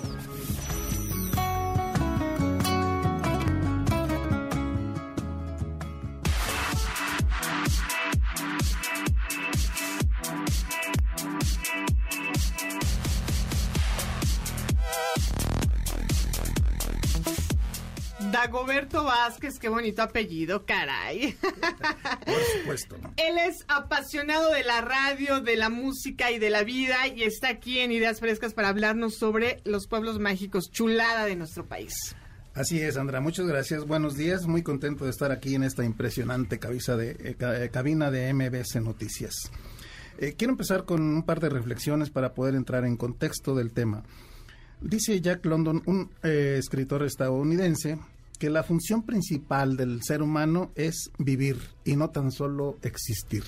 Dagoberto Vázquez, qué bonito apellido, caray.
Por supuesto.
Él es apasionado de la radio, de la música y de la vida, y está aquí en Ideas Frescas para hablarnos sobre los pueblos mágicos, chulada de nuestro país.
Así es, Sandra, muchas gracias. Buenos días, muy contento de estar aquí en esta impresionante cabina de MBS Noticias. Quiero empezar con un par de reflexiones para poder entrar en contexto del tema. Dice Jack London, un escritor estadounidense, que la función principal del ser humano es vivir y no tan solo existir.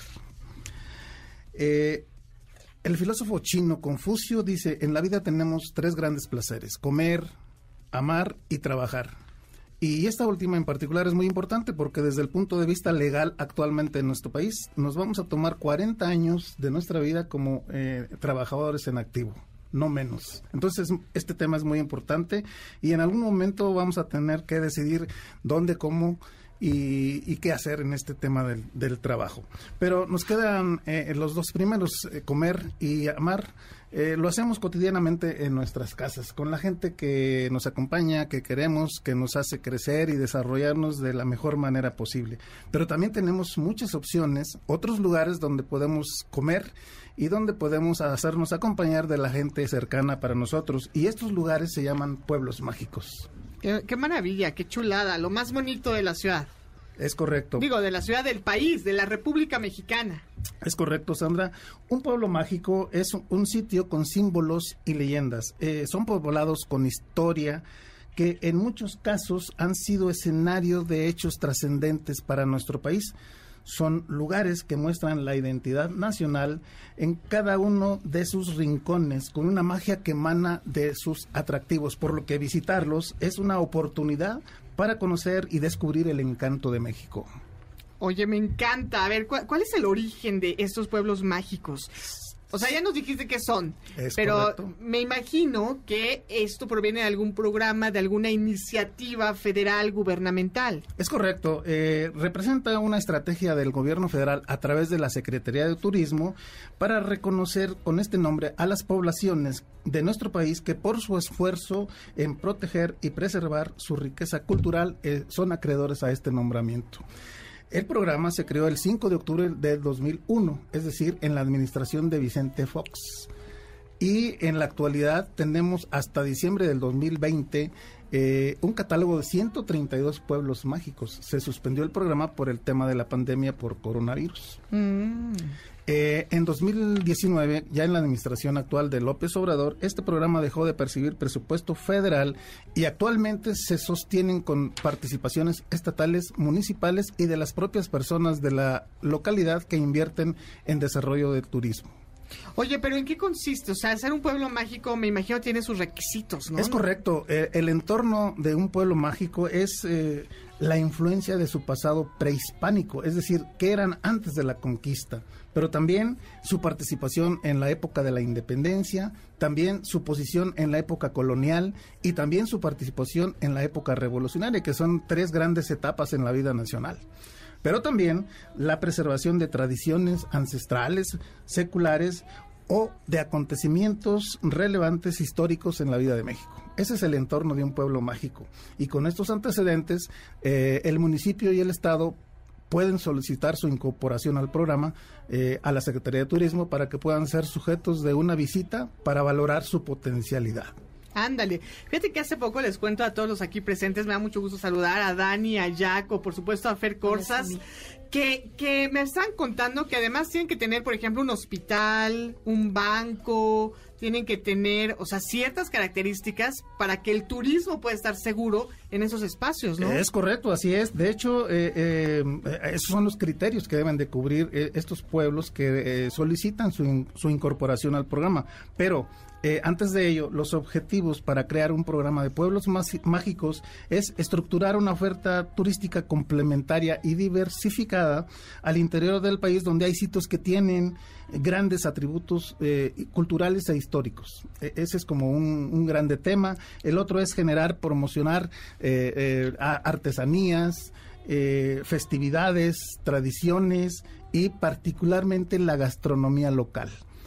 El filósofo chino Confucio dice, en la vida tenemos 3 grandes placeres, comer, amar y trabajar. Y esta última en particular es muy importante porque desde el punto de vista legal actualmente en nuestro país nos vamos a tomar 40 años de nuestra vida como trabajadores en activo. No menos. Entonces, este tema es muy importante y en algún momento vamos a tener que decidir dónde, cómo y qué hacer en este tema del trabajo. Pero nos quedan los dos primeros, comer y amar. Lo hacemos cotidianamente en nuestras casas, con la gente que nos acompaña, que queremos, que nos hace crecer y desarrollarnos de la mejor manera posible. Pero también tenemos muchas opciones, otros lugares donde podemos comer y donde podemos hacernos acompañar de la gente cercana para nosotros. Y estos lugares se llaman pueblos mágicos.
Qué maravilla, qué chulada, lo más bonito de la ciudad.
Es correcto.
Digo, de la ciudad del país, de la República Mexicana.
Es correcto, Sandra. Un pueblo mágico es un sitio con símbolos y leyendas. Son poblados con historia que en muchos casos han sido escenario de hechos trascendentes para nuestro país. Son lugares que muestran la identidad nacional en cada uno de sus rincones, con una magia que emana de sus atractivos, por lo que visitarlos es una oportunidad para conocer y descubrir el encanto de México.
Oye, me encanta. A ver, ¿cuál es el origen de estos pueblos mágicos? O sea, ya nos dijiste qué son, pero correcto. Me imagino que esto proviene de algún programa, de alguna iniciativa federal gubernamental.
Es correcto. Representa una estrategia del gobierno federal a través de la Secretaría de Turismo para reconocer con este nombre a las poblaciones de nuestro país que por su esfuerzo en proteger y preservar su riqueza cultural son acreedores a este nombramiento. El programa se creó el 5 de octubre del 2001, es decir, en la administración de Vicente Fox. y en la actualidad tenemos hasta diciembre del 2020 un catálogo de 132 pueblos mágicos. Se suspendió el programa por el tema de la pandemia por coronavirus. En 2019, ya en la administración actual de López Obrador, este programa dejó de percibir presupuesto federal y actualmente se sostienen con participaciones estatales, municipales y de las propias personas de la localidad que invierten en desarrollo del turismo.
Oye, pero ¿en qué consiste? O sea, ser un pueblo mágico, me imagino, tiene sus requisitos, ¿no?
Es correcto. El entorno de un pueblo mágico es la influencia de su pasado prehispánico, es decir, que eran antes de la conquista, pero también su participación en la época de la independencia, también su posición en la época colonial y también su participación en la época revolucionaria, que son 3 grandes etapas en la vida nacional. Pero también la preservación de tradiciones ancestrales, seculares o de acontecimientos relevantes históricos en la vida de México. Ese es el entorno de un pueblo mágico. Y con estos antecedentes, el municipio y el Estado pueden solicitar su incorporación al programa a la Secretaría de Turismo para que puedan ser sujetos de una visita para valorar su potencialidad.
Ándale. Fíjate que hace poco les cuento a todos los aquí presentes, me da mucho gusto saludar a Dani, a Jaco, por supuesto a Fer Corsas, que me están contando que además tienen que tener, por ejemplo, un hospital, un banco, tienen que tener, o sea, ciertas características para que el turismo pueda estar seguro en esos espacios, ¿no? Es
correcto, así es. De hecho, esos son los criterios que deben de cubrir estos pueblos que solicitan su incorporación al programa. Pero antes de ello, los objetivos para crear un programa de pueblos mágicos es estructurar una oferta turística complementaria y diversificada al interior del país, donde hay sitios que tienen grandes atributos culturales e históricos. Ese es como un grande tema. El otro es promocionar artesanías, festividades, tradiciones y particularmente la gastronomía local.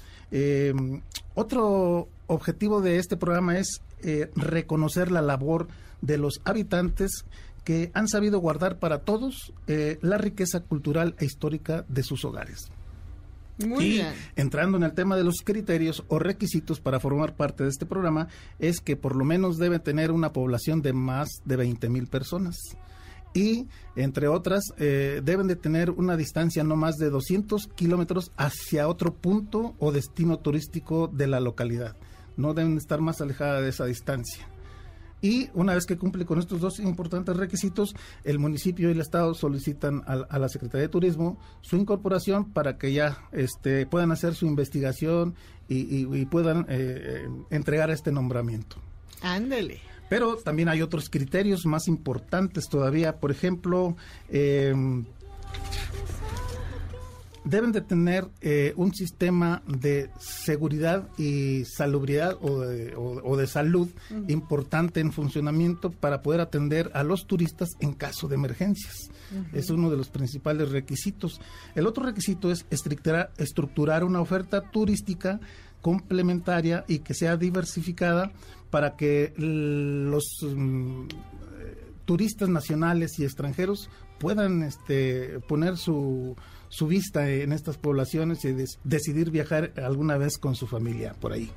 Otro objetivo de este programa es reconocer la labor de los habitantes que han sabido guardar para todos la riqueza cultural e histórica de sus hogares.
Muy bien.
Entrando en el tema de los criterios o requisitos para formar parte de este programa, es que por lo menos debe tener una población de más de 20,000 personas. Y, entre otras, deben de tener una distancia no más de 200 kilómetros hacia otro punto o destino turístico de la localidad. No deben estar más alejadas de esa distancia. Y una vez que cumple con estos 2 importantes requisitos, el municipio y el Estado solicitan a la Secretaría de Turismo su incorporación para que ya puedan hacer su investigación y puedan entregar este nombramiento.
Ándale.
Pero también hay otros criterios más importantes todavía. Por ejemplo, deben de tener un sistema de seguridad y salubridad o de salud importante en funcionamiento para poder atender a los turistas en caso de emergencias. Es uno de los principales requisitos. El otro requisito es estructurar una oferta turística complementaria y que sea diversificada para que los turistas nacionales y extranjeros puedan poner su vista en estas poblaciones y decidir viajar alguna vez con su familia por ahí.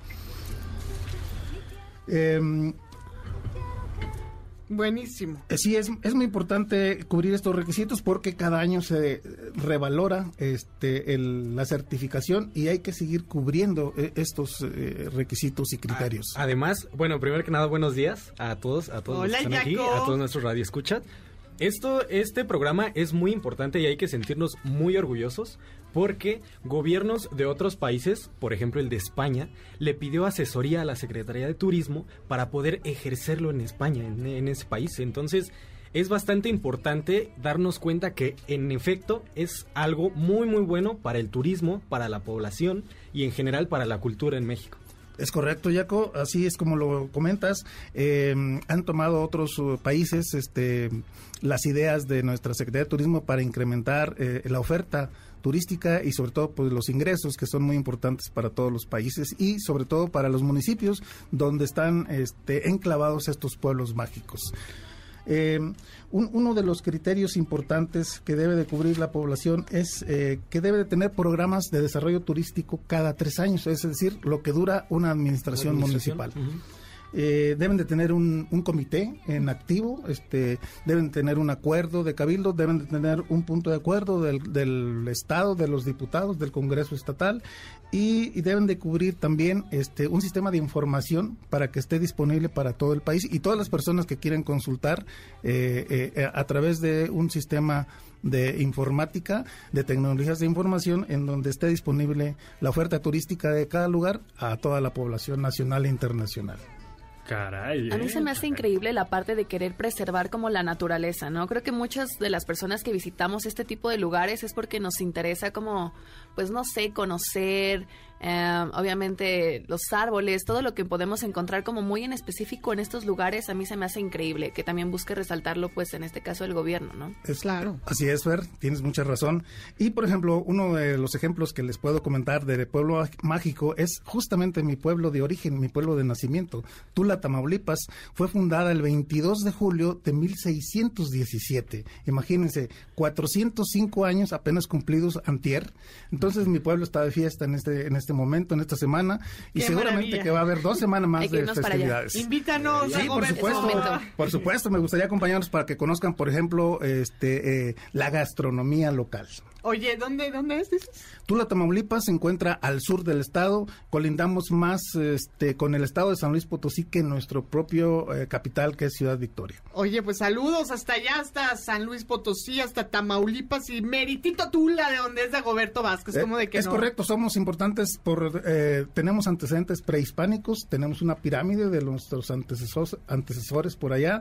Buenísimo.
Sí, es muy importante cubrir estos requisitos porque cada año se revalora la certificación y hay que seguir cubriendo estos requisitos y criterios.
Además, bueno, primero que nada, buenos días a todos
Hola,
los que están aquí, a todos nuestros radioescuchas. Este programa es muy importante y hay que sentirnos muy orgullosos porque gobiernos de otros países, por ejemplo el de España, le pidió asesoría a la Secretaría de Turismo para poder ejercerlo en España, en ese país. Entonces es bastante importante darnos cuenta que en efecto es algo muy muy bueno para el turismo, para la población y en general para la cultura en México.
Es correcto, Jaco, así es como lo comentas. Han tomado otros países las ideas de nuestra Secretaría de Turismo para incrementar la oferta turística y sobre todo pues los ingresos que son muy importantes para todos los países y sobre todo para los municipios donde están enclavados estos pueblos mágicos. Uno de los criterios importantes que debe de cubrir la población es que debe de tener programas de desarrollo turístico cada 3 años, es decir, lo que dura una administración municipal. Deben de tener un comité en activo, deben de tener un acuerdo de cabildo, deben de tener un punto de acuerdo del Estado, de los diputados, del Congreso Estatal, y deben de cubrir también un sistema de información para que esté disponible para todo el país y todas las personas que quieren consultar a través de un sistema de informática, de tecnologías de información, en donde esté disponible la oferta turística de cada lugar a toda la población nacional e internacional.
Caray,
A mí se me hace increíble la parte de querer preservar como la naturaleza, ¿no? Creo que muchas de las personas que visitamos este tipo de lugares es porque nos interesa como, pues no sé, conocer, obviamente los árboles, todo lo que podemos encontrar como muy en específico en estos lugares. A mí se me hace increíble que también busque resaltarlo, pues en este caso el gobierno, ¿no?
Es claro. Así es, Fer, tienes mucha razón. Y por ejemplo, uno de los ejemplos que les puedo comentar de Pueblo Mágico es justamente mi pueblo de origen, mi pueblo de nacimiento, Tula, Tamaulipas. Fue fundada el 22 de julio de 1617. Imagínense, 405 años apenas cumplidos antier. Entonces mi pueblo está de fiesta en este momento, en esta semana, y seguramente maravilla. Que va a haber 2 semanas más de festividades.
Invítanos.
Sí, por supuesto, me gustaría acompañarlos para que conozcan, por ejemplo, la gastronomía local.
Oye, ¿dónde es?
Tula, Tamaulipas se encuentra al sur del estado, colindamos más con el estado de San Luis Potosí que nuestro propio capital, que es Ciudad Victoria.
Oye, pues saludos hasta allá, hasta San Luis Potosí, hasta Tamaulipas y meritito Tula, de donde es Dagoberto Vázquez, como de que
es no. Correcto, somos importantes tenemos antecedentes prehispánicos, tenemos una pirámide de nuestros antecesores por allá,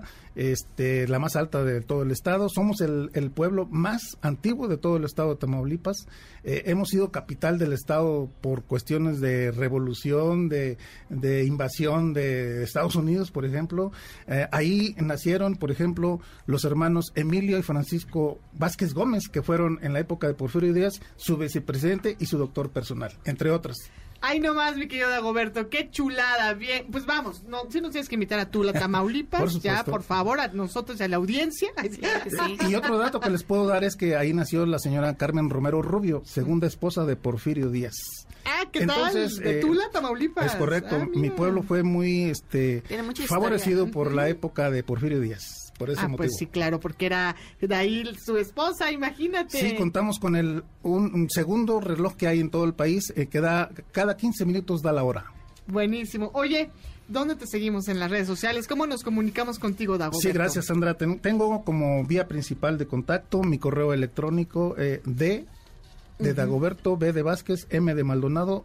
la más alta de todo el estado, somos el pueblo más antiguo de todo el estado de Tamaulipas, hemos sido capital del estado por cuestiones de revolución, de invasión de Estados Unidos, por ejemplo. Ahí nacieron, por ejemplo, los hermanos Emilio y Francisco Vázquez Gómez, que fueron en la época de Porfirio Díaz su vicepresidente y su doctor personal, entre otras.
Ay, nomás, mi querido Dagoberto, qué chulada. Bien, pues vamos, si nos tienes que invitar a Tula, Tamaulipas, ya, por favor, a nosotros y a la audiencia.
Sí. Y otro dato que les puedo dar es que ahí nació la señora Carmen Romero Rubio, segunda esposa de Porfirio Díaz.
Ah, ¿qué tal? De Tula, Tamaulipas.
Es correcto, mi pueblo fue muy favorecido por la época de Porfirio Díaz. Por ese motivo.
Pues sí, claro, porque era de ahí su esposa, imagínate.
Sí, contamos con un segundo reloj que hay en todo el país, que da cada 15 minutos da la hora.
Buenísimo. Oye, ¿dónde te seguimos en las redes sociales? ¿Cómo nos comunicamos contigo, Dagoberto?
Sí, gracias, Sandra. Tengo como vía principal de contacto mi correo electrónico de Dagoberto, B de Vázquez, M de Maldonado,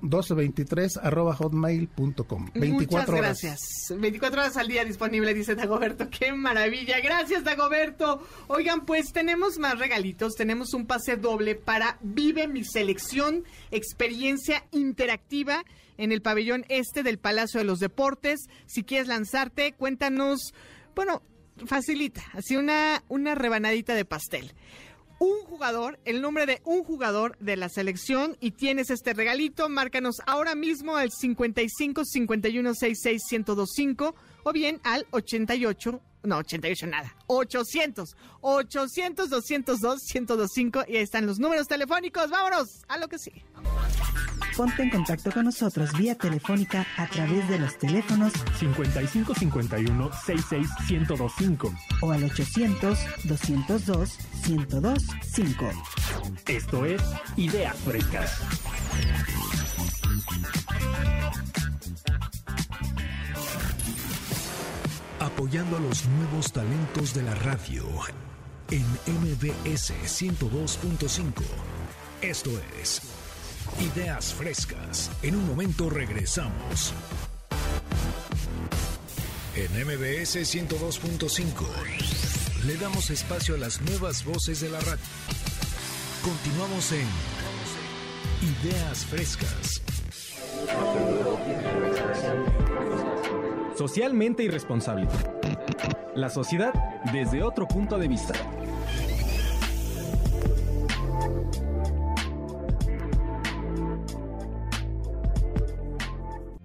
1223@hotmail.com. 24 horas.
Muchas gracias. 24 horas al día disponible, dice Dagoberto. ¡Qué maravilla! Gracias, Dagoberto. Oigan, pues tenemos más regalitos. Tenemos un pase doble para Vive mi Selección, experiencia interactiva en el pabellón del Palacio de los Deportes. Si quieres lanzarte, cuéntanos, facilita, así una rebanadita de pastel. El nombre de un jugador de la selección, y tienes este regalito. Márcanos ahora mismo al 55 51 66 1025 o bien al 800 202 1025, y ahí están los números telefónicos. Vámonos a lo que sigue.
Ponte en contacto con nosotros vía telefónica a través de los teléfonos
55 51 66 1025
o al 800 202 1025.
Esto es Ideas Frescas.
Apoyando a los nuevos talentos de la radio en MBS 102.5. Esto es Ideas Frescas. En un momento regresamos. En MBS 102.5 le damos espacio a las nuevas voces de la radio. Continuamos en Ideas Frescas.
Socialmente irresponsable. La sociedad desde otro punto de vista.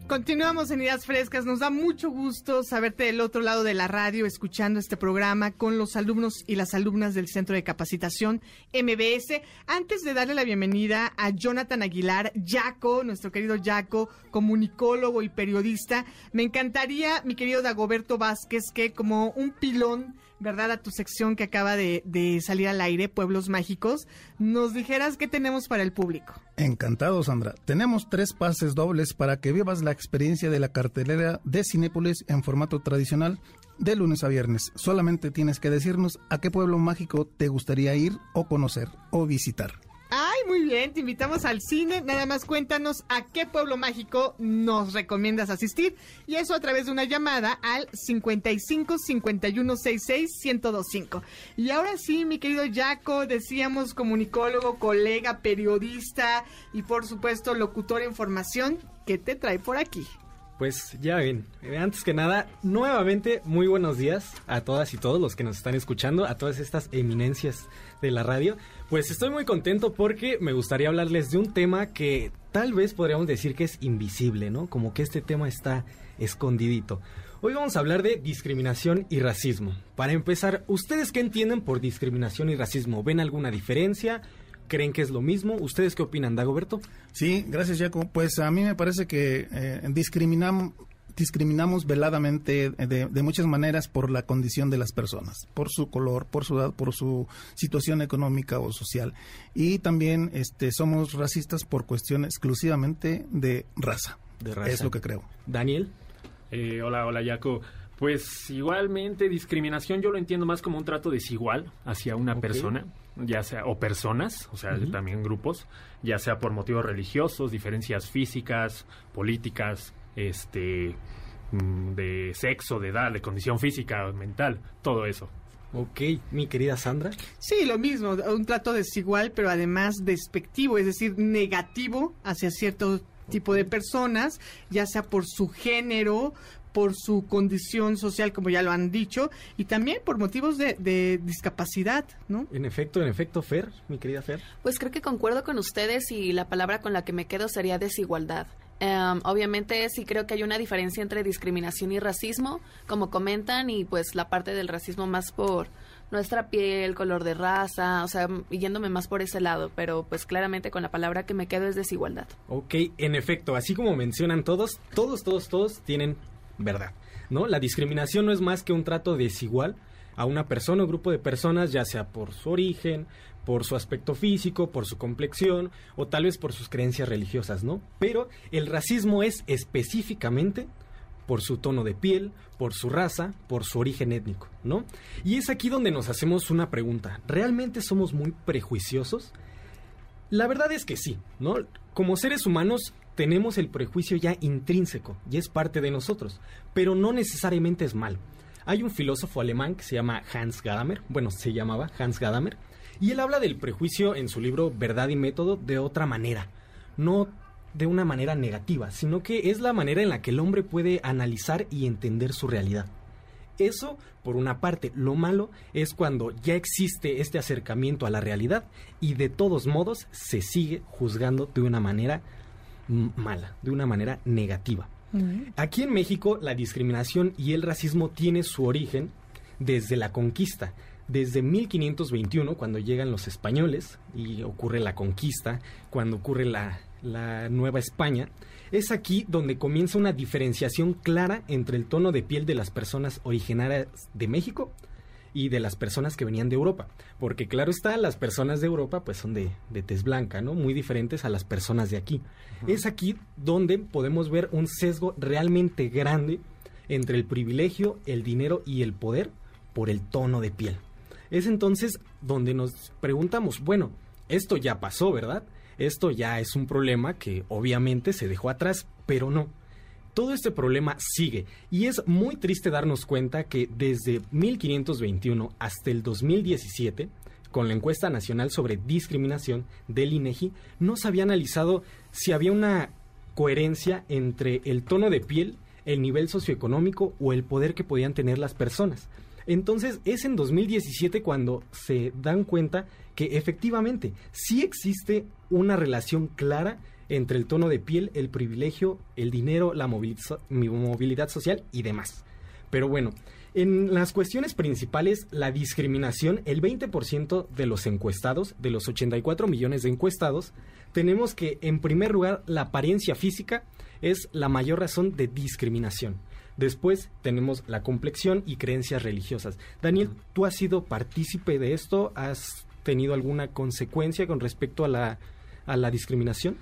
Continuamos en Ideas Frescas. Nos da mucho gusto saberte del otro lado de la radio, escuchando este programa con los alumnos y las alumnas del Centro de Capacitación MBS. Antes de darle la bienvenida a Jonathan Aguilar, Yaco, nuestro querido Yaco, comunicólogo y periodista, me encantaría, mi querido Dagoberto Vázquez, que como un pilón, ¿verdad?, a tu sección que acaba de salir al aire, Pueblos Mágicos, nos dijeras qué tenemos para el público.
Encantado, Sandra. Tenemos 3 pases dobles para que vivas la experiencia de la cartelera de Cinépolis en formato tradicional de lunes a viernes. Solamente tienes que decirnos a qué pueblo mágico te gustaría ir o conocer o visitar.
Ay, muy bien, te invitamos al cine. Nada más cuéntanos a qué pueblo mágico nos recomiendas asistir. Y eso a través de una llamada al 55 51 66 1025. Y ahora sí, mi querido Yaco, decíamos comunicólogo, colega, periodista y por supuesto locutor en formación. ¿Qué te trae por aquí?
Pues ya ven, antes que nada, nuevamente muy buenos días a todas y todos los que nos están escuchando, a todas estas eminencias de la radio. Pues estoy muy contento porque me gustaría hablarles de un tema que tal vez podríamos decir que es invisible, ¿no? Como que este tema está escondidito. Hoy vamos a hablar de discriminación y racismo. Para empezar, ¿ustedes qué entienden por discriminación y racismo? ¿Ven alguna diferencia? ¿Creen que es lo mismo? ¿Ustedes qué opinan, Dagoberto?
Sí, gracias, Jaco. Pues a mí me parece que discriminamos veladamente de muchas maneras por la condición de las personas, por su color, por su edad, por su situación económica o social. Y también somos racistas por cuestión exclusivamente de raza.
De raza.
Es lo que creo.
Daniel.
Hola, Jaco. Pues igualmente discriminación yo lo entiendo más como un trato desigual hacia una persona, ya sea, o personas, o sea, también grupos, ya sea por motivos religiosos, diferencias físicas, políticas, de sexo, de edad, de condición física, mental, todo eso.
Ok, mi querida Sandra.
Sí, lo mismo, un trato desigual, pero además despectivo, es decir, negativo hacia cierto tipo de personas, ya sea por su género, por su condición social, como ya lo han dicho, y también por motivos de discapacidad, ¿no?
En efecto, Fer, mi querida Fer.
Pues creo que concuerdo con ustedes y la palabra con la que me quedo sería desigualdad. Obviamente sí creo que hay una diferencia entre discriminación y racismo, como comentan, y pues la parte del racismo más por nuestra piel, color de raza, o sea, yéndome más por ese lado, pero pues claramente con la palabra que me quedo es desigualdad.
Ok, en efecto, así como mencionan todos tienen verdad, ¿no? La discriminación no es más que un trato desigual a una persona o grupo de personas, ya sea por su origen, por su aspecto físico, por su complexión o tal vez por sus creencias religiosas, ¿no? Pero el racismo es específicamente por su tono de piel, por su raza, por su origen étnico, ¿no? Y es aquí donde nos hacemos una pregunta. ¿Realmente somos muy prejuiciosos? La verdad es que sí, ¿no? Como seres humanos tenemos el prejuicio ya intrínseco y es parte de nosotros, pero no necesariamente es malo. Hay un filósofo alemán que se llama se llamaba Hans Gadamer, y él habla del prejuicio en su libro Verdad y Método de otra manera, no de una manera negativa, sino que es la manera en la que el hombre puede analizar y entender su realidad. Eso, por una parte. Lo malo es cuando ya existe este acercamiento a la realidad y de todos modos se sigue juzgando de una manera mala, de una manera negativa. Aquí en México la discriminación y el racismo tiene su origen desde la conquista, desde 1521 cuando llegan los españoles y ocurre la conquista, cuando ocurre la Nueva España. Es aquí donde comienza una diferenciación clara entre el tono de piel de las personas originarias de México y de las personas que venían de Europa, porque claro está, las personas de Europa pues son de tez blanca, ¿no? Muy diferentes a las personas de aquí. Es aquí donde podemos ver un sesgo realmente grande entre el privilegio, el dinero y el poder por el tono de piel. Es entonces donde nos preguntamos, bueno, esto ya pasó, ¿verdad? Esto ya es un problema que obviamente se dejó atrás, pero no. Todo este problema sigue y es muy triste darnos cuenta que desde 1521 hasta el 2017, con la encuesta nacional sobre discriminación del INEGI, no se había analizado si había una coherencia entre el tono de piel, el nivel socioeconómico o el poder que podían tener las personas. Entonces es en 2017 cuando se dan cuenta que efectivamente sí existe una relación clara entre el tono de piel, el privilegio, el dinero, la movilidad social y demás. Pero bueno, en las cuestiones principales, la discriminación, el 20% de los encuestados, de los 84 millones de encuestados, tenemos que, en primer lugar, la apariencia física es la mayor razón de discriminación. Después tenemos la complexión y creencias religiosas. Daniel, ¿tú has sido partícipe de esto? ¿Has tenido alguna consecuencia con respecto a la discriminación?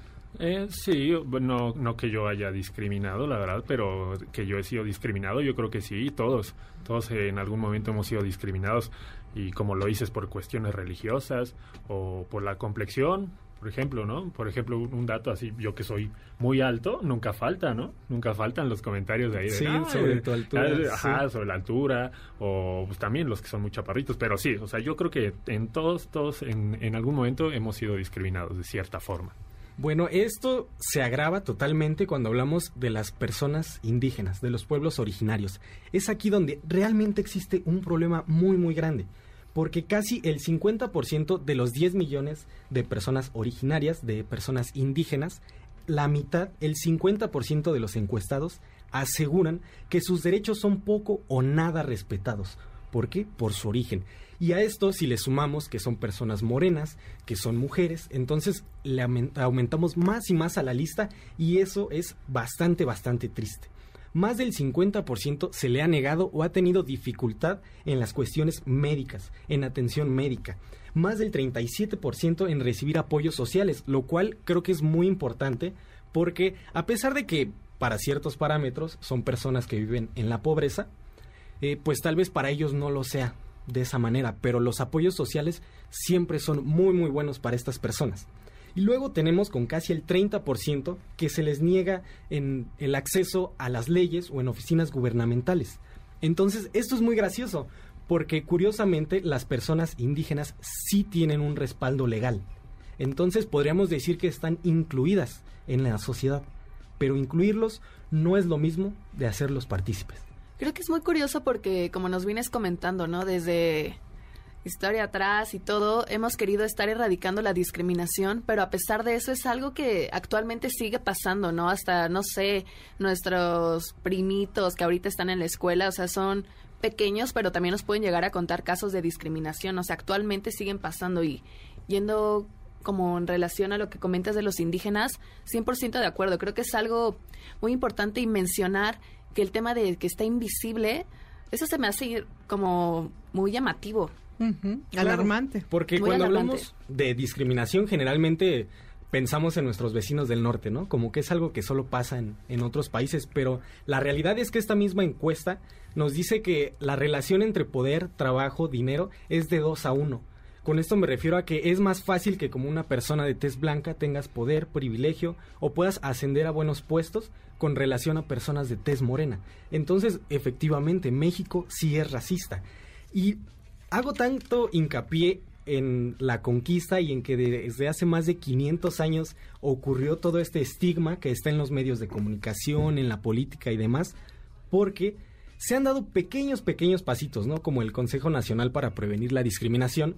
Sí, bueno, no que yo haya discriminado, la verdad, pero que yo he sido discriminado, yo creo que sí, todos en algún momento hemos sido discriminados, y como lo dices, por cuestiones religiosas o por la complexión, por ejemplo, ¿no? Por ejemplo, un dato así, yo que soy muy alto, nunca falta, ¿no? Nunca faltan los comentarios de ahí.
Sí, sobre tu altura.
Ajá, sí. Sobre la altura, o pues, también los que son muy chaparritos, pero sí, o sea, yo creo que en todos en algún momento hemos sido discriminados de cierta forma.
Bueno, esto se agrava totalmente cuando hablamos de las personas indígenas, de los pueblos originarios. Es aquí donde realmente existe un problema muy, muy grande, porque casi el 50% de los 10 millones de personas originarias, de personas indígenas, la mitad, el 50% de los encuestados, aseguran que sus derechos son poco o nada respetados. ¿Por qué? Por su origen. Y a esto, si le sumamos que son personas morenas, que son mujeres, entonces le aumentamos más y más a la lista, y eso es bastante, bastante triste. Más del 50% se le ha negado o ha tenido dificultad en las cuestiones médicas, en atención médica. Más del 37% en recibir apoyos sociales, lo cual creo que es muy importante, porque a pesar de que para ciertos parámetros son personas que viven en la pobreza, pues tal vez para ellos no lo sea de esa manera, pero los apoyos sociales siempre son muy, muy buenos para estas personas. Y luego tenemos con casi el 30% que se les niega en el acceso a las leyes o en oficinas gubernamentales. Entonces, esto es muy gracioso, porque curiosamente las personas indígenas sí tienen un respaldo legal. Entonces, podríamos decir que están incluidas en la sociedad, pero incluirlos no es lo mismo de hacerlos partícipes.
Creo que es muy curioso porque, como nos vienes comentando, ¿no? Desde historia atrás y todo, hemos querido estar erradicando la discriminación, pero a pesar de eso es algo que actualmente sigue pasando, ¿no? Hasta, no sé, nuestros primitos que ahorita están en la escuela, o sea, son pequeños, pero también nos pueden llegar a contar casos de discriminación, o sea, actualmente siguen pasando. Y yendo como en relación a lo que comentas de los indígenas, 100% de acuerdo. Creo que es algo muy importante y mencionar que el tema de que está invisible, eso se me hace como muy llamativo.
Uh-huh. Alarmante.
Porque
muy
cuando
alarmante.
Hablamos de discriminación, generalmente pensamos en nuestros vecinos del norte, ¿no? Como que es algo que solo pasa en otros países, pero la realidad es que esta misma encuesta nos dice que la relación entre poder, trabajo, dinero es de 2-1. Con esto me refiero a que es más fácil que como una persona de tez blanca tengas poder, privilegio o puedas ascender a buenos puestos con relación a personas de tez morena. Entonces, efectivamente, México sí es racista. Y hago tanto hincapié en la conquista y en que desde hace más de 500 años ocurrió todo este estigma que está en los medios de comunicación, en la política y demás, porque se han dado pequeños pasitos, ¿no? Como el Consejo Nacional para Prevenir la Discriminación,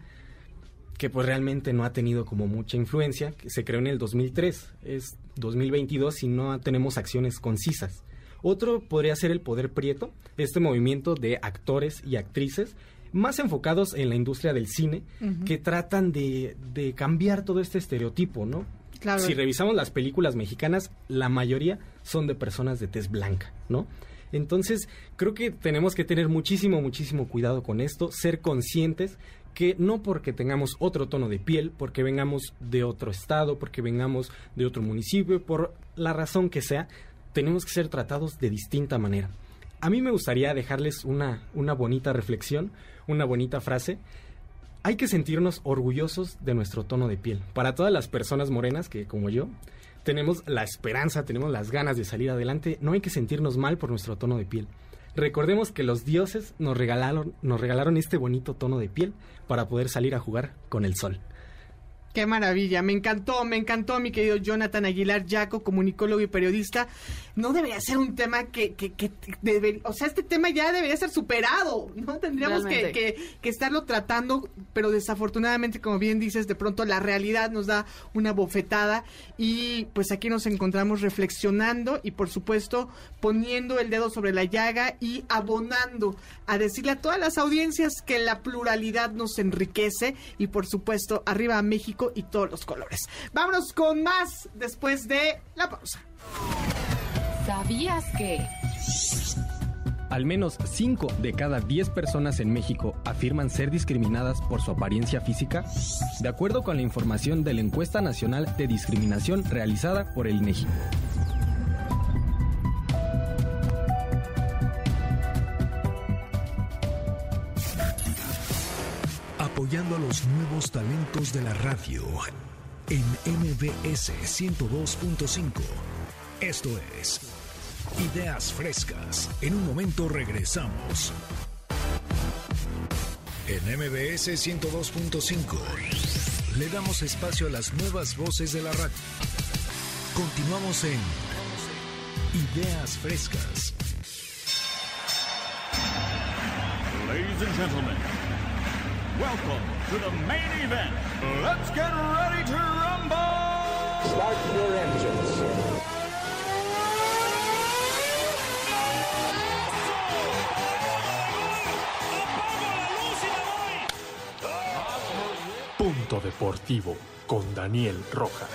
que pues realmente no ha tenido como mucha influencia, que se creó en el 2003, es 2022 y no tenemos acciones concisas. Otro podría ser el Poder Prieto, este movimiento de actores y actrices más enfocados en la industria del cine, uh-huh, que tratan de cambiar todo este estereotipo, ¿no? Claro. Si revisamos las películas mexicanas, la mayoría son de personas de tez blanca, ¿no? Entonces, creo que tenemos que tener muchísimo cuidado con esto, ser conscientes que no porque tengamos otro tono de piel, porque vengamos de otro estado, porque vengamos de otro municipio, por la razón que sea, tenemos que ser tratados de distinta manera. A mí me gustaría dejarles una bonita reflexión, una bonita frase. Hay que sentirnos orgullosos de nuestro tono de piel. Para todas las personas morenas que, como yo, tenemos la esperanza, tenemos las ganas de salir adelante, no hay que sentirnos mal por nuestro tono de piel. Recordemos que los dioses nos regalaron este bonito tono de piel para poder salir a jugar con el sol.
Qué maravilla, me encantó, mi querido Jonathan Aguilar Yaco, comunicólogo y periodista. No debería ser un tema o sea, este tema ya debería ser superado, ¿no? Tendríamos que estarlo tratando, pero desafortunadamente, como bien dices, de pronto la realidad nos da una bofetada y pues aquí nos encontramos reflexionando y por supuesto poniendo el dedo sobre la llaga y abonando a decirle a todas las audiencias que la pluralidad nos enriquece y por supuesto arriba a México y todos los colores. Vámonos con más después de la pausa.
¿Sabías que?
Al menos 5 de cada 10 personas en México afirman ser discriminadas por su apariencia física, de acuerdo con la información de la Encuesta Nacional de Discriminación realizada por el INEGI.
Apoyando a los nuevos talentos de la radio en MBS 102.5. Esto es Ideas Frescas. En un momento regresamos. En MBS 102.5 le damos espacio a las nuevas voces de la radio. Continuamos en Ideas Frescas.
Ladies and gentlemen, welcome to the main event. Let's get ready to rumble! Start your engines.
Punto Deportivo con Daniel Rojas.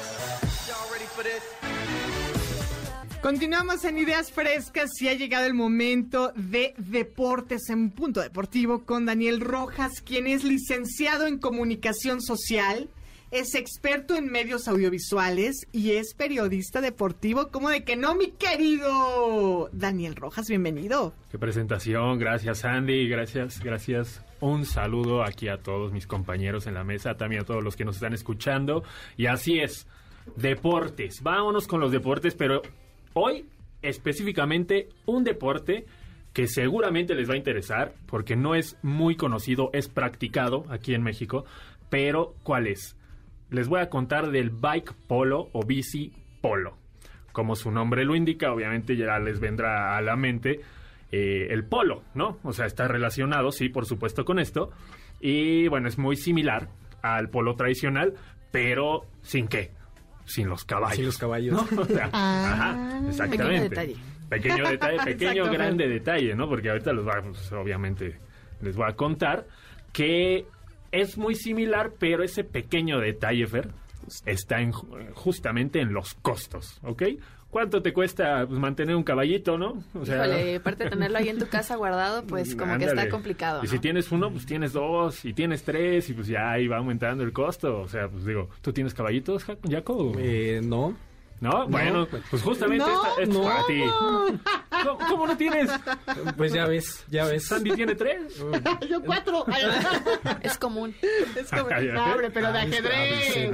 Continuamos en Ideas Frescas y ha llegado el momento de Deportes en Punto Deportivo con Daniel Rojas, quien es licenciado en Comunicación Social, es experto en medios audiovisuales y es periodista deportivo. ¿Cómo de que no, mi querido Daniel Rojas? Bienvenido.
Qué presentación, gracias Andy, gracias. Un saludo aquí a todos mis compañeros en la mesa, también a todos los que nos están escuchando. Y así es, deportes, vámonos con los deportes, pero hoy específicamente un deporte que seguramente les va a interesar porque no es muy conocido, es practicado aquí en México, pero ¿cuál es? Les voy a contar del bike polo o bici polo. Como su nombre lo indica, obviamente ya les vendrá a la mente el polo, ¿no? O sea, está relacionado, sí, por supuesto, con esto. Y bueno, es muy similar al polo tradicional, pero ¿sin qué? Sin los caballos.
Sin los caballos.
¿No? O sea, ajá, exactamente. Pequeño detalle, grande detalle, ¿no? Porque ahorita obviamente les voy a contar que es muy similar, pero ese pequeño detalle, Fer, está justamente en los costos, ¿ok? ¿Cuánto te cuesta mantener un caballito, no?
O sea, híjole, aparte de tenerlo ahí en tu casa guardado, pues como que está complicado, ¿no?
Y si tienes uno, pues tienes dos, y tienes tres, y pues ya ahí va aumentando el costo. O sea, pues digo, ¿tú tienes caballitos, Jaco?
No.
¿No? Bueno, pues justamente esta es para ti. ¿Cómo no tienes?
Pues ya ves.
¿Sandy tiene 3?
Yo 4.
Es común.
Es como hombre, pero de ajedrez.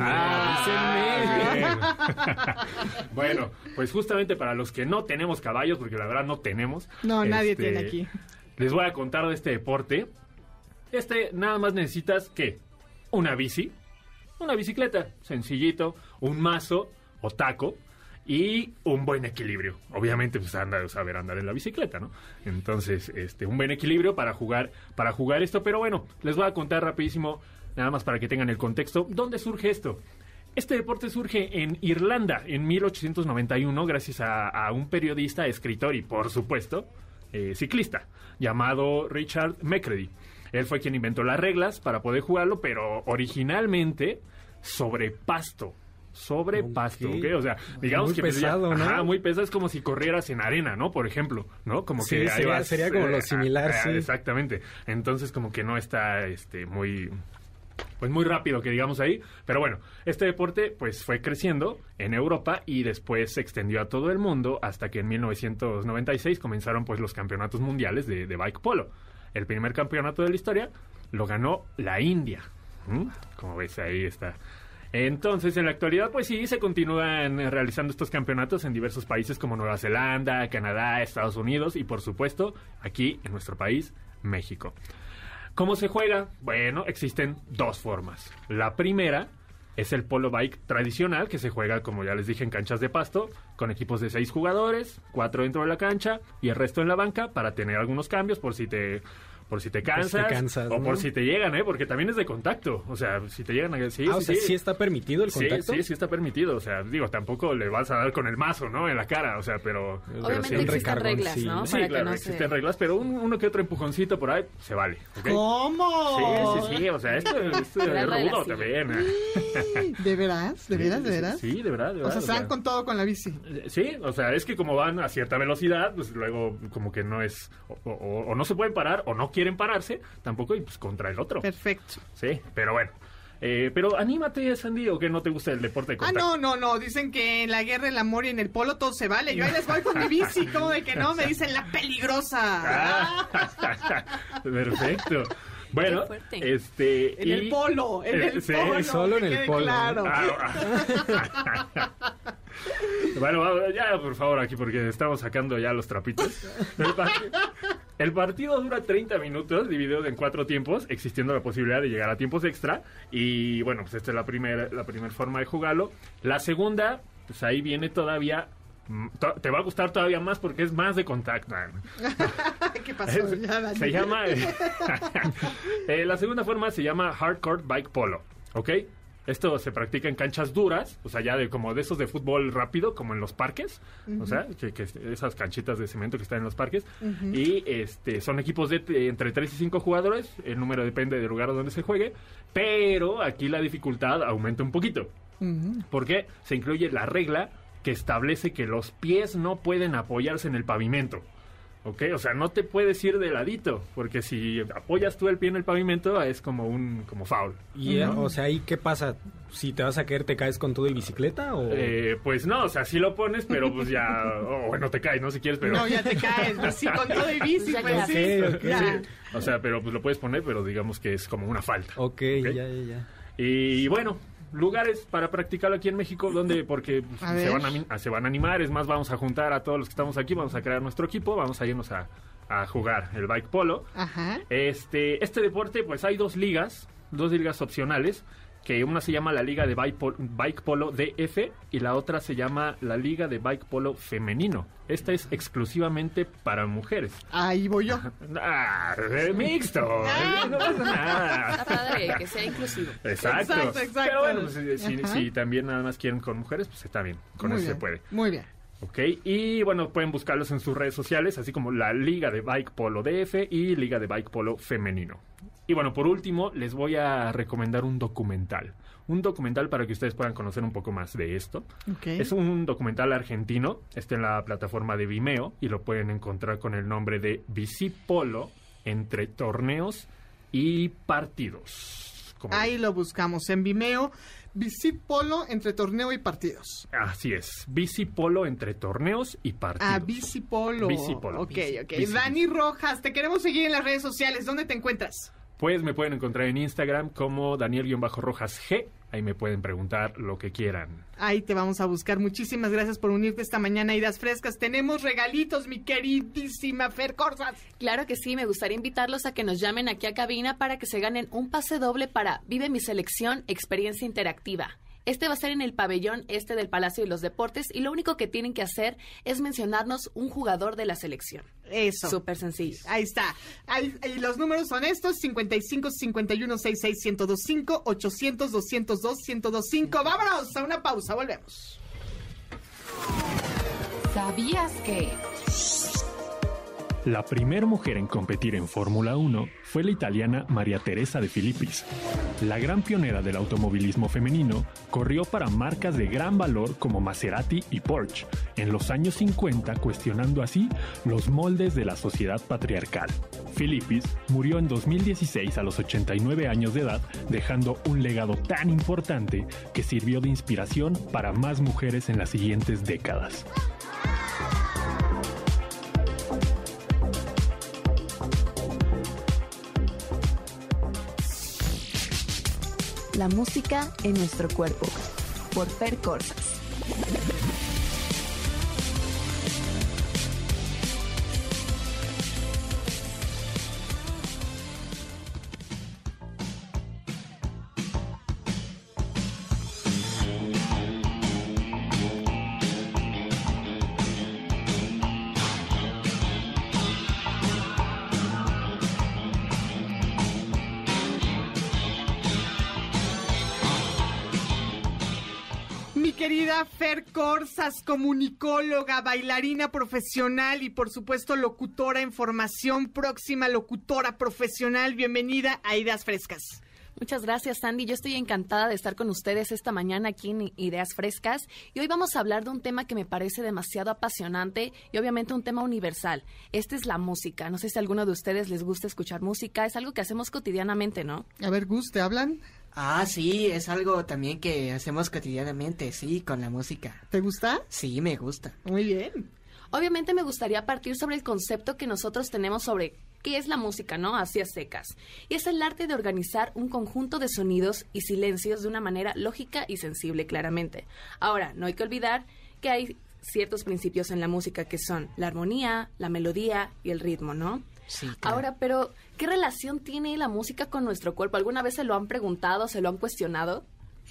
Bueno, pues justamente para los que no tenemos caballos, porque la verdad no tenemos.
No, nadie tiene aquí.
Les voy a contar de este deporte. Nada más necesitas, ¿qué? Una bicicleta, sencillito, un mazo o taco y un buen equilibrio. Obviamente, pues saber andar en la bicicleta, ¿no? Entonces, un buen equilibrio para jugar esto. Pero bueno, les voy a contar rapidísimo, nada más para que tengan el contexto. ¿Dónde surge esto? Este deporte surge en Irlanda en 1891 gracias a un periodista, escritor y, por supuesto, ciclista, llamado Richard McCready. Él fue quien inventó las reglas para poder jugarlo, pero originalmente sobre pasto. ¿Ok? O sea, digamos
muy
que
pesado, ¿no?
Ajá, muy pesado, es como si corrieras en arena, ¿no? Por ejemplo, ¿no? Como
sí,
que
sería como lo similar, sí.
Exactamente. Entonces, como que no está muy rápido, que digamos ahí. Pero bueno, este deporte pues fue creciendo en Europa y después se extendió a todo el mundo hasta que en 1996 comenzaron pues los campeonatos mundiales de bike polo. El primer campeonato de la historia lo ganó la India. Como ves, ahí está. Entonces, en la actualidad, pues sí, se continúan realizando estos campeonatos en diversos países como Nueva Zelanda, Canadá, Estados Unidos y, por supuesto, aquí en nuestro país, México. ¿Cómo se juega? Bueno, existen dos formas. La primera es el polo bike tradicional, que se juega, como ya les dije, en canchas de pasto, con equipos de 6 jugadores, 4 dentro de la cancha y el resto en la banca para tener algunos cambios por si te cansas, o
¿no?
por si te llegan, porque también es de contacto. O sea, si te llegan a... Sí,
o sea, ¿sí está permitido el contacto?
Sí está permitido. O sea, digo, tampoco le vas a dar con el mazo, ¿no? En la cara, o sea, pero...
Obviamente
sí,
existen reglas, ¿no?
Sí,
para
claro,
que no
existen reglas, pero uno que otro empujoncito por ahí se vale. ¿Okay?
¿Cómo?
Sí, o sea, esto es rudo también.
¿De veras? ¿De veras?
Sí, de verdad.
O sea, se van con todo con la bici.
Sí, o sea, es que como van a cierta velocidad, pues luego como que no es... O no se pueden parar, o no quieren pararse tampoco, y pues contra el otro.
Perfecto.
Sí, pero bueno. Pero anímate, Sandy, o que no te gusta el deporte de contacto.
No. Dicen que en la guerra, el amor y en el polo todo se vale. Yo ahí les voy con mi bici. ¿Cómo de que no? Me dicen la peligrosa.
Perfecto. Bueno,
en el polo, polo.
Solo en el polo.
Claro.
Bueno, ya por favor aquí, porque estamos sacando ya los trapitos. El partido dura 30 minutos, dividido en 4 tiempos, existiendo la posibilidad de llegar a tiempos extra. Y bueno, pues esta es la primera forma de jugarlo. La segunda, pues ahí viene todavía... Te va a gustar todavía más porque es más de contacto.
¿Qué pasó?
Se llama... la segunda forma se llama Hardcore Bike Polo, ¿ok? Esto se practica en canchas duras, o sea, ya de esos de fútbol rápido, como en los parques, o sea, que esas canchitas de cemento que están en los parques, y son equipos de entre 3 y 5 jugadores, el número depende del lugar donde se juegue, pero aquí la dificultad aumenta un poquito, porque se incluye la regla que establece que los pies no pueden apoyarse en el pavimento. ¿Ok? O sea, no te puedes ir de ladito, porque si apoyas tú el pie en el pavimento es como foul.
Y, o sea, ¿ahí qué pasa? Si te vas a caer, ¿te caes con todo y bicicleta? ¿O?
Pues no, o sea, sí lo pones, pero pues ya... bueno, te caes, ¿no? Si quieres, pero...
No, ya te caes, pues sí, con todo y bici, pues sí.
Okay. Sí. O sea, pero pues lo puedes poner, pero digamos que es como una falta.
Ok, ya.
Y bueno... lugares para practicarlo aquí en México, donde porque se van a animar, es más, vamos a juntar a todos los que estamos aquí, vamos a crear nuestro equipo, vamos a irnos a jugar el bike polo.
Ajá.
Este deporte, pues hay dos ligas opcionales, que una se llama la Liga de Bike Polo DF y la otra se llama la Liga de Bike Polo Femenino. Esta es exclusivamente para mujeres.
Ahí voy yo.
Mixto. No pasa nada.
Está padre, que sea inclusivo.
Exacto. Pero bueno, pues, si también nada más quieren con mujeres, pues está bien. Con eso se puede.
Muy bien.
Ok, y bueno, pueden buscarlos en sus redes sociales, así como la Liga de Bike Polo DF y Liga de Bike Polo Femenino. Y bueno, por último, les voy a recomendar un documental. Un documental para que ustedes puedan conocer un poco más de esto.
Okay.
Es un documental argentino, está en la plataforma de Vimeo y lo pueden encontrar con el nombre de Bicipolo entre torneos y partidos.
Ahí lo buscamos en Vimeo. Bicipolo entre torneo y partidos.
Así es, Bicipolo entre torneos y partidos.
Ah, Bicipolo.
Bicipolo.
Ok. Dani Rojas, te queremos seguir en las redes sociales. ¿Dónde te encuentras?
Pues me pueden encontrar en Instagram como Daniel-Rojas G. Ahí me pueden preguntar lo que quieran.
Ahí te vamos a buscar. Muchísimas gracias por unirte esta mañana a Ideas Frescas. Tenemos regalitos, mi queridísima Fer Corsas.
Claro que sí, me gustaría invitarlos a que nos llamen aquí a cabina para que se ganen un pase doble para Vive mi Selección, experiencia interactiva. Este va a ser en el pabellón del Palacio de los Deportes y lo único que tienen que hacer es mencionarnos un jugador de la selección.
Eso.
Súper sencillo.
Ahí está. Y los números son estos: 55 51 66 1025, 800 202 1025. Vámonos a una pausa, volvemos.
¿Sabías que?
La primera mujer en competir en Fórmula 1 fue la italiana María Teresa de Filippis. La gran pionera del automovilismo femenino corrió para marcas de gran valor como Maserati y Porsche en los años 50, cuestionando así los moldes de la sociedad patriarcal. Filippis murió en 2016 a los 89 años de edad, dejando un legado tan importante que sirvió de inspiración para más mujeres en las siguientes décadas.
La música en nuestro cuerpo, por Fer Corsas.
querida Fer Corsas, comunicóloga, bailarina profesional y por supuesto locutora en formación, próxima locutora profesional. Bienvenida a Ideas Frescas.
Muchas gracias, Sandy. Yo estoy encantada de estar con ustedes esta mañana aquí en Ideas Frescas. Y hoy vamos a hablar de un tema que me parece demasiado apasionante y obviamente un tema universal. Esta es la música. No sé si a alguno de ustedes les gusta escuchar música. Es algo que hacemos cotidianamente, ¿no?
A ver, Gus, ¿te hablan?
Ah, sí, es algo también que hacemos cotidianamente, sí, con la música.
¿Te gusta?
Sí, me gusta.
Muy bien.
Obviamente me gustaría partir sobre el concepto que nosotros tenemos sobre qué es la música, ¿no? Así a secas. Y es el arte de organizar un conjunto de sonidos y silencios de una manera lógica y sensible, claramente. Ahora, no hay que olvidar que hay ciertos principios en la música que son la armonía, la melodía y el ritmo, ¿no?
Sí, claro.
Ahora, pero, ¿qué relación tiene la música con nuestro cuerpo? ¿Alguna vez se lo han preguntado, se lo han cuestionado?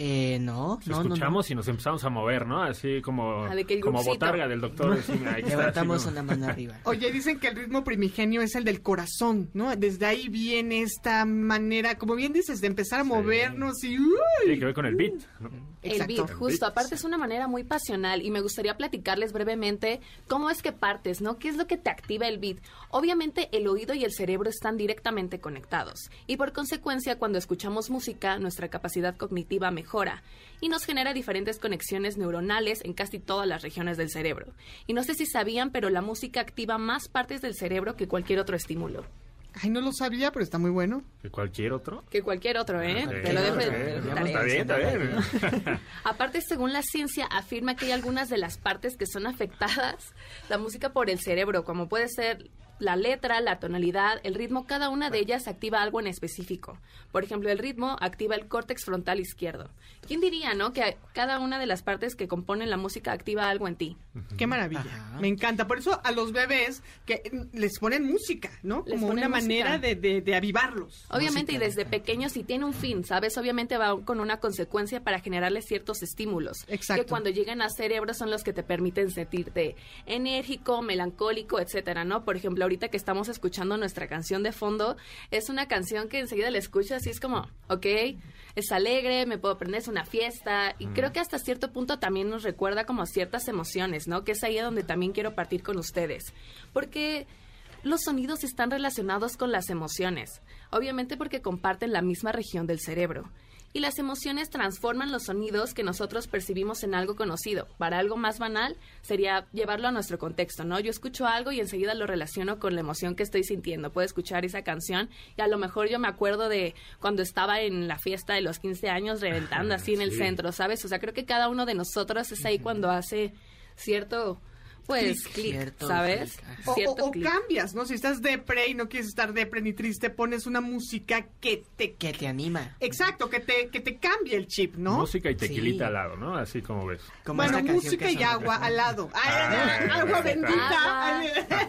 No.
Escuchamos y nos empezamos a mover, ¿no? Así como botarga del doctor.
Levantamos una mano arriba.
Oye, dicen que el ritmo primigenio es el del corazón, ¿no? Desde ahí viene esta manera, como bien dices, de empezar a movernos y... ¡uy!
Tiene que ver con el beat, ¿no?
El beat, justo. Aparte es una manera muy pasional y me gustaría platicarles brevemente cómo es que partes, ¿no? ¿Qué es lo que te activa el beat? Obviamente el oído y el cerebro están directamente conectados y por consecuencia cuando escuchamos música nuestra capacidad cognitiva mejora y nos genera diferentes conexiones neuronales en casi todas las regiones del cerebro. Y no sé si sabían, pero la música activa más partes del cerebro que cualquier otro estímulo.
Ay, no lo sabía, pero está muy bueno.
¿Que cualquier otro?
Que cualquier otro, ¿eh?
Okay.
Te lo dejo
Está bien.
Aparte, según la ciencia, afirma que hay algunas de las partes que son afectadas, la música por el cerebro, como puede ser la letra, la tonalidad, el ritmo, cada una de ellas activa algo en específico. Por ejemplo, el ritmo activa el córtex frontal izquierdo. ¿Quién diría, no? Que cada una de las partes que componen la música activa algo en ti.
¡Qué maravilla! Ajá. Me encanta. Por eso a los bebés que les ponen música, ¿no? Como una manera de avivarlos.
Obviamente,
música,
y desde pequeños, y tiene un fin, ¿sabes? Obviamente va con una consecuencia para generarles ciertos estímulos.
Exacto.
Que cuando llegan al cerebro son los que te permiten sentirte enérgico, melancólico, etcétera, ¿no? Por ejemplo, ahorita que estamos escuchando nuestra canción de fondo, es una canción que enseguida la escuchas y es como, ok, es alegre, me puedo prender, es una fiesta, y creo que hasta cierto punto también nos recuerda como ciertas emociones, ¿no? Que es ahí donde también quiero partir con ustedes, porque los sonidos están relacionados con las emociones, obviamente porque comparten la misma región del cerebro. Y las emociones transforman los sonidos que nosotros percibimos en algo conocido. Para algo más banal sería llevarlo a nuestro contexto, ¿no? Yo escucho algo y enseguida lo relaciono con la emoción que estoy sintiendo. Puedo escuchar esa canción y a lo mejor yo me acuerdo de cuando estaba en la fiesta de los 15 años reventando así en el centro, ¿sabes? O sea, creo que cada uno de nosotros es ahí cuando hace cierto... pues clic, ¿sabes?
O cambias, ¿no? Si estás depre y no quieres estar depre ni triste, pones una música que te
anima.
Exacto, que te cambie el chip, ¿no?
Música y tequilita al lado, ¿no? Así como ves.
Como
bueno, música y agua al lado. Agua bendita.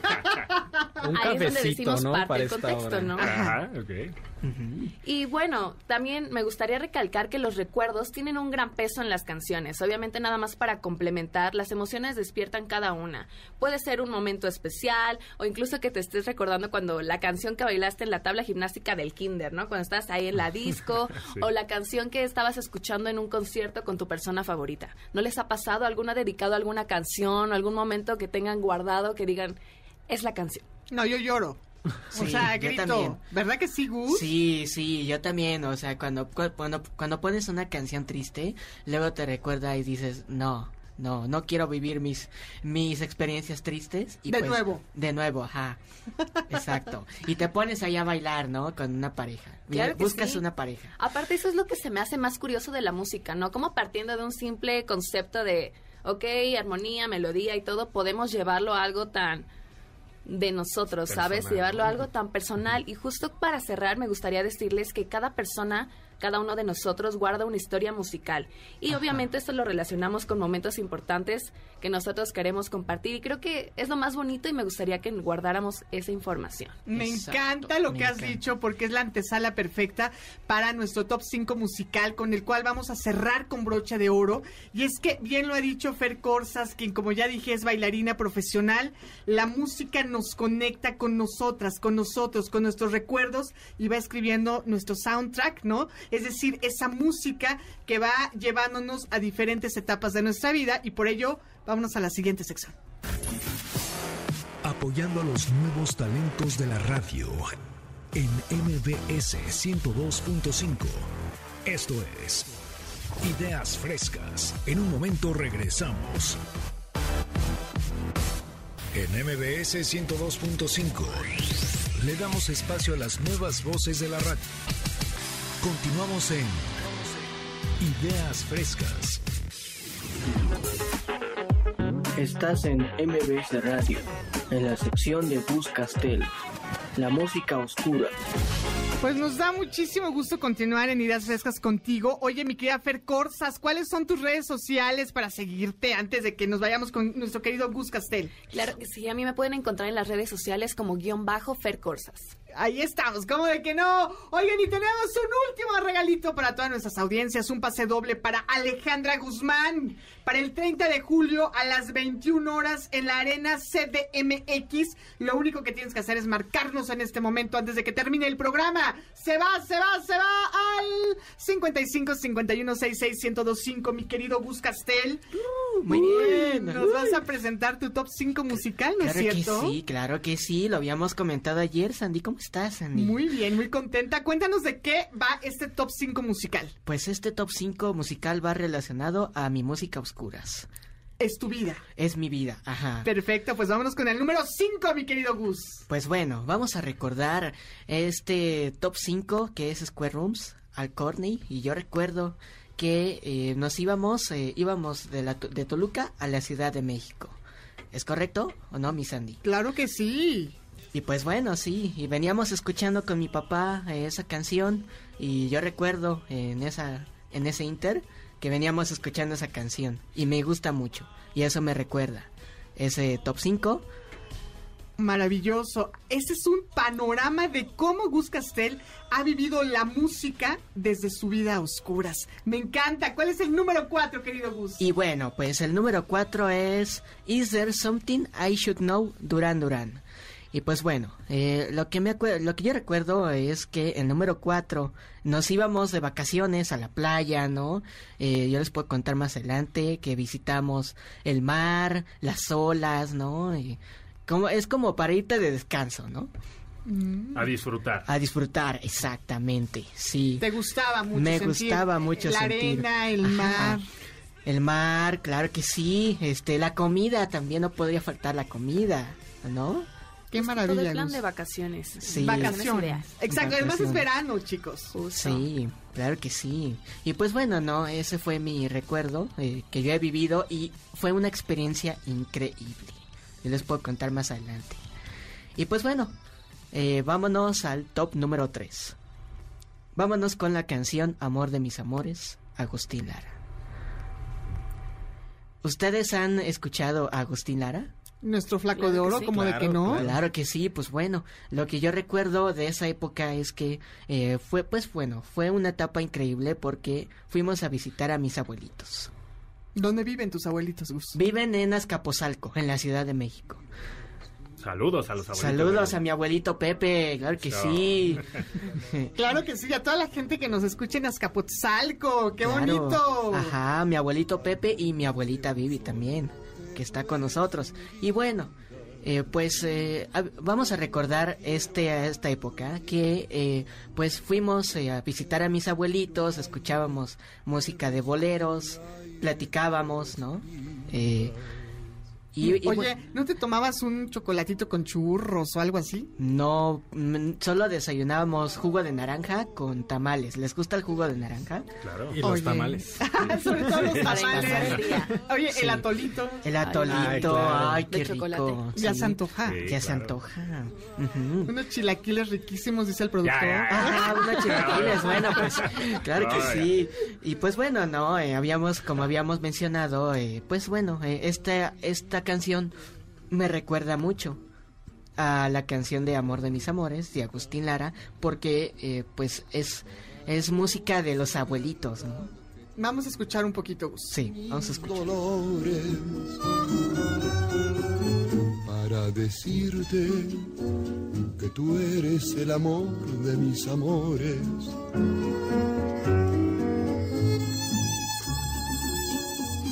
Un cafecito, ¿no? Para el contexto, ¿no?
Ajá, ok.
Y bueno, también me gustaría recalcar que los recuerdos tienen un gran peso en las canciones. Obviamente nada más para complementar, las emociones despiertan cada una. Puede ser un momento especial o incluso que te estés recordando cuando la canción que bailaste en la tabla gimnástica del kinder, ¿no? Cuando estás ahí en la disco sí. O la canción que estabas escuchando en un concierto con tu persona favorita. ¿No les ha pasado alguna dedicado a alguna canción o algún momento que tengan guardado que digan, es la canción?
No, yo lloro.
Sí,
o sea, grito.
También.
¿Verdad que sí, Gus?
Sí, yo también. O sea, cuando pones una canción triste, luego te recuerda y dices, no quiero vivir mis experiencias tristes. Y De nuevo, ajá. Exacto. Y te pones ahí a bailar, ¿no? Con una pareja.
Claro que
buscas
sí.
una pareja.
Aparte, eso es lo que se me hace más curioso de la música, ¿no? Como partiendo de un simple concepto de, ok, armonía, melodía y todo, podemos llevarlo a algo tan de nosotros, ¿sabes?
Personal,
Llevarlo a algo tan personal. Y justo para cerrar me gustaría decirles que cada persona, cada uno de nosotros guarda una historia musical. Y obviamente esto lo relacionamos con momentos importantes que nosotros queremos compartir. Y creo que es lo más bonito y me gustaría que guardáramos esa información.
Me encanta lo que has dicho porque es la antesala perfecta para nuestro top 5 musical con el cual vamos a cerrar con broche de oro. Y es que bien lo ha dicho Fer Corsas, quien como ya dije es bailarina profesional. La música nos conecta con nosotras, con nosotros, con nuestros recuerdos y va escribiendo nuestro soundtrack, ¿no? es decir, esa música que va llevándonos a diferentes etapas de nuestra vida, y por ello, vámonos a la siguiente sección.
Apoyando a los nuevos talentos de la radio en MBS 102.5. Esto es Ideas Frescas. En un momento regresamos. En MBS 102.5 le damos espacio a las nuevas voces de la radio. Continuamos en Ideas Frescas.
Estás en MBS Radio, en la sección de Gus Castel, la música oscura.
Pues nos da muchísimo gusto continuar en Ideas Frescas contigo. Oye, mi querida Fer Corsas, ¿cuáles son tus redes sociales para seguirte antes de que nos vayamos con nuestro querido Gus Castel?
Claro que sí, a mí me pueden encontrar en las redes sociales como _Fer Corsas.
Ahí estamos, ¿cómo de que no? Oigan, y tenemos un último regalito para todas nuestras audiencias, un pase doble para Alejandra Guzmán, para el 30 de julio a las 21 horas en la Arena CDMX. Lo único que tienes que hacer es marcarnos en este momento antes de que termine el programa. Se va al 55 51 66 1025, mi querido Gus Castel.
Muy bien.
Nos vas a presentar tu top 5 musical, ¿no es cierto?
Claro que sí, lo habíamos comentado ayer, Sandy. ¿Cómo estás, Sandy?
Muy bien, muy contenta. Cuéntanos de qué va este top 5 musical.
Pues este top 5 musical va relacionado a mi música oscuras.
Es tu vida.
Es mi vida, ajá.
Perfecto, pues vámonos con el número 5, mi querido Gus.
Pues bueno, vamos a recordar este top 5 que es Square Rooms, Al Courtney, y yo recuerdo que nos íbamos de Toluca a la Ciudad de México. ¿Es correcto o no, mi Sandy?
Claro que sí.
Y pues bueno, sí, y veníamos escuchando con mi papá esa canción, y yo recuerdo en ese inter que veníamos escuchando esa canción, y me gusta mucho, y eso me recuerda ese top 5.
Maravilloso. Este es un panorama de cómo Gus Castel ha vivido la música desde su vida a oscuras. Me encanta. ¿Cuál es el número 4, querido Gus?
Y bueno, pues el número 4 es Is There Something I Should Know, Duran Duran. Y pues bueno, lo que yo recuerdo es que el número 4 nos íbamos de vacaciones a la playa, ¿no? Yo les puedo contar más adelante que visitamos el mar, las olas, ¿no? Es como para irte de descanso, ¿no?
A disfrutar.
A disfrutar, exactamente, sí.
¿Te gustaba mucho
Me gustaba mucho
la
sentir
arena, el mar?
El mar, claro que sí. La comida, también no podría faltar la comida, ¿no?
Qué maravilla.
Todo el plan de vacaciones.
Sí.
Vacaciones. Exacto, además es verano, chicos.
Justo.
Sí, claro que sí. Y pues bueno, no, ese fue mi recuerdo que yo he vivido y fue una experiencia increíble. Yo les puedo contar más adelante. Y pues bueno, vámonos al top número 3. Vámonos con la canción Amor de mis amores, Agustín Lara. ¿Ustedes han escuchado a Agustín Lara?
Nuestro flaco de oro, sí, como claro, de que no.
Claro que sí, pues bueno, lo que yo recuerdo de esa época es que fue una etapa increíble porque fuimos a visitar a mis abuelitos.
¿Dónde viven tus abuelitos, Gus?
Viven en Azcapotzalco, en la Ciudad de México.
Saludos a los abuelitos.
Saludos a mi abuelito Pepe, claro que sí.
Claro que sí, a toda la gente que nos escuche en Azcapotzalco, ¡qué
claro.
bonito!
Ajá, mi abuelito Pepe y mi abuelita Vivi también, que está con nosotros. Y bueno, vamos a recordar esta época que pues fuimos a visitar a mis abuelitos, escuchábamos música de boleros, platicábamos, ¿no?
Oye, ¿no te tomabas un chocolatito con churros o algo así?
No, solo desayunábamos jugo de naranja con tamales. ¿Les gusta el jugo de naranja?
Claro.
Y los tamales.
Sobre todo los tamales. Oye, sí. El atolito.
El atolito, ay, qué
rico.
Ya se antoja.
Sí, ya se antoja.
Unos chilaquiles riquísimos, dice el productor.
Unos chilaquiles, bueno, pues, claro que sí. Y pues bueno, no, como habíamos mencionado, pues bueno, esta canción me recuerda mucho a la canción de Amor de mis amores de Agustín Lara porque pues es música de los abuelitos, ¿no?
Vamos a escuchar un poquito, Gus.
Sí, vamos a escuchar.
Para decirte que tú eres el amor de mis amores,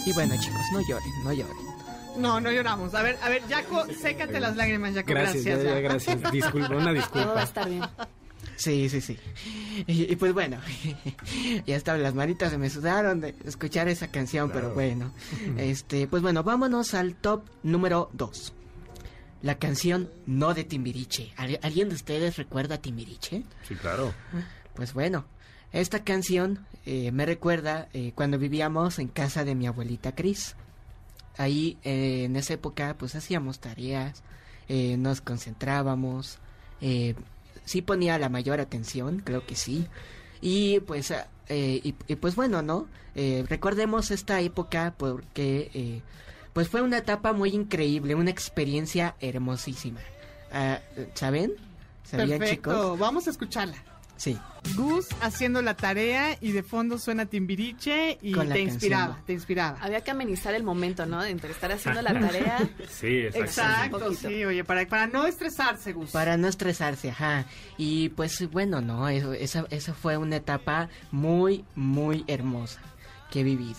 Y bueno, chicos, no lloren.
No lloramos. A ver, Jaco, sécate las lágrimas, Jaco. Gracias.
Gracias. Una disculpa.
Todo va a estar bien.
Sí. Y pues bueno, ya estaban las manitas, se me sudaron de escuchar esa canción, claro. Pero bueno. Pues bueno, vámonos al top número 2. La canción No de Timbiriche. ¿Alguien de ustedes recuerda a Timbiriche?
Sí, claro.
Pues bueno, esta canción me recuerda cuando vivíamos en casa de mi abuelita Cris. Ahí en esa época pues hacíamos tareas, nos concentrábamos, sí ponía la mayor atención, creo que sí. Y pues pues bueno, ¿no? Recordemos esta época porque pues fue una etapa muy increíble, una experiencia hermosísima. ¿Saben? ¿Sabían,
perfecto, chicos? Vamos a escucharla.
Sí.
Gus haciendo la tarea y de fondo suena Timbiriche y te inspiraba.
Había que amenizar el momento, ¿no? De estar haciendo la tarea.
Sí,
exacto, sí, oye, para no estresarse, Gus.
Para no estresarse, ajá. Y pues bueno, no, esa fue una etapa muy, muy hermosa que he vivido.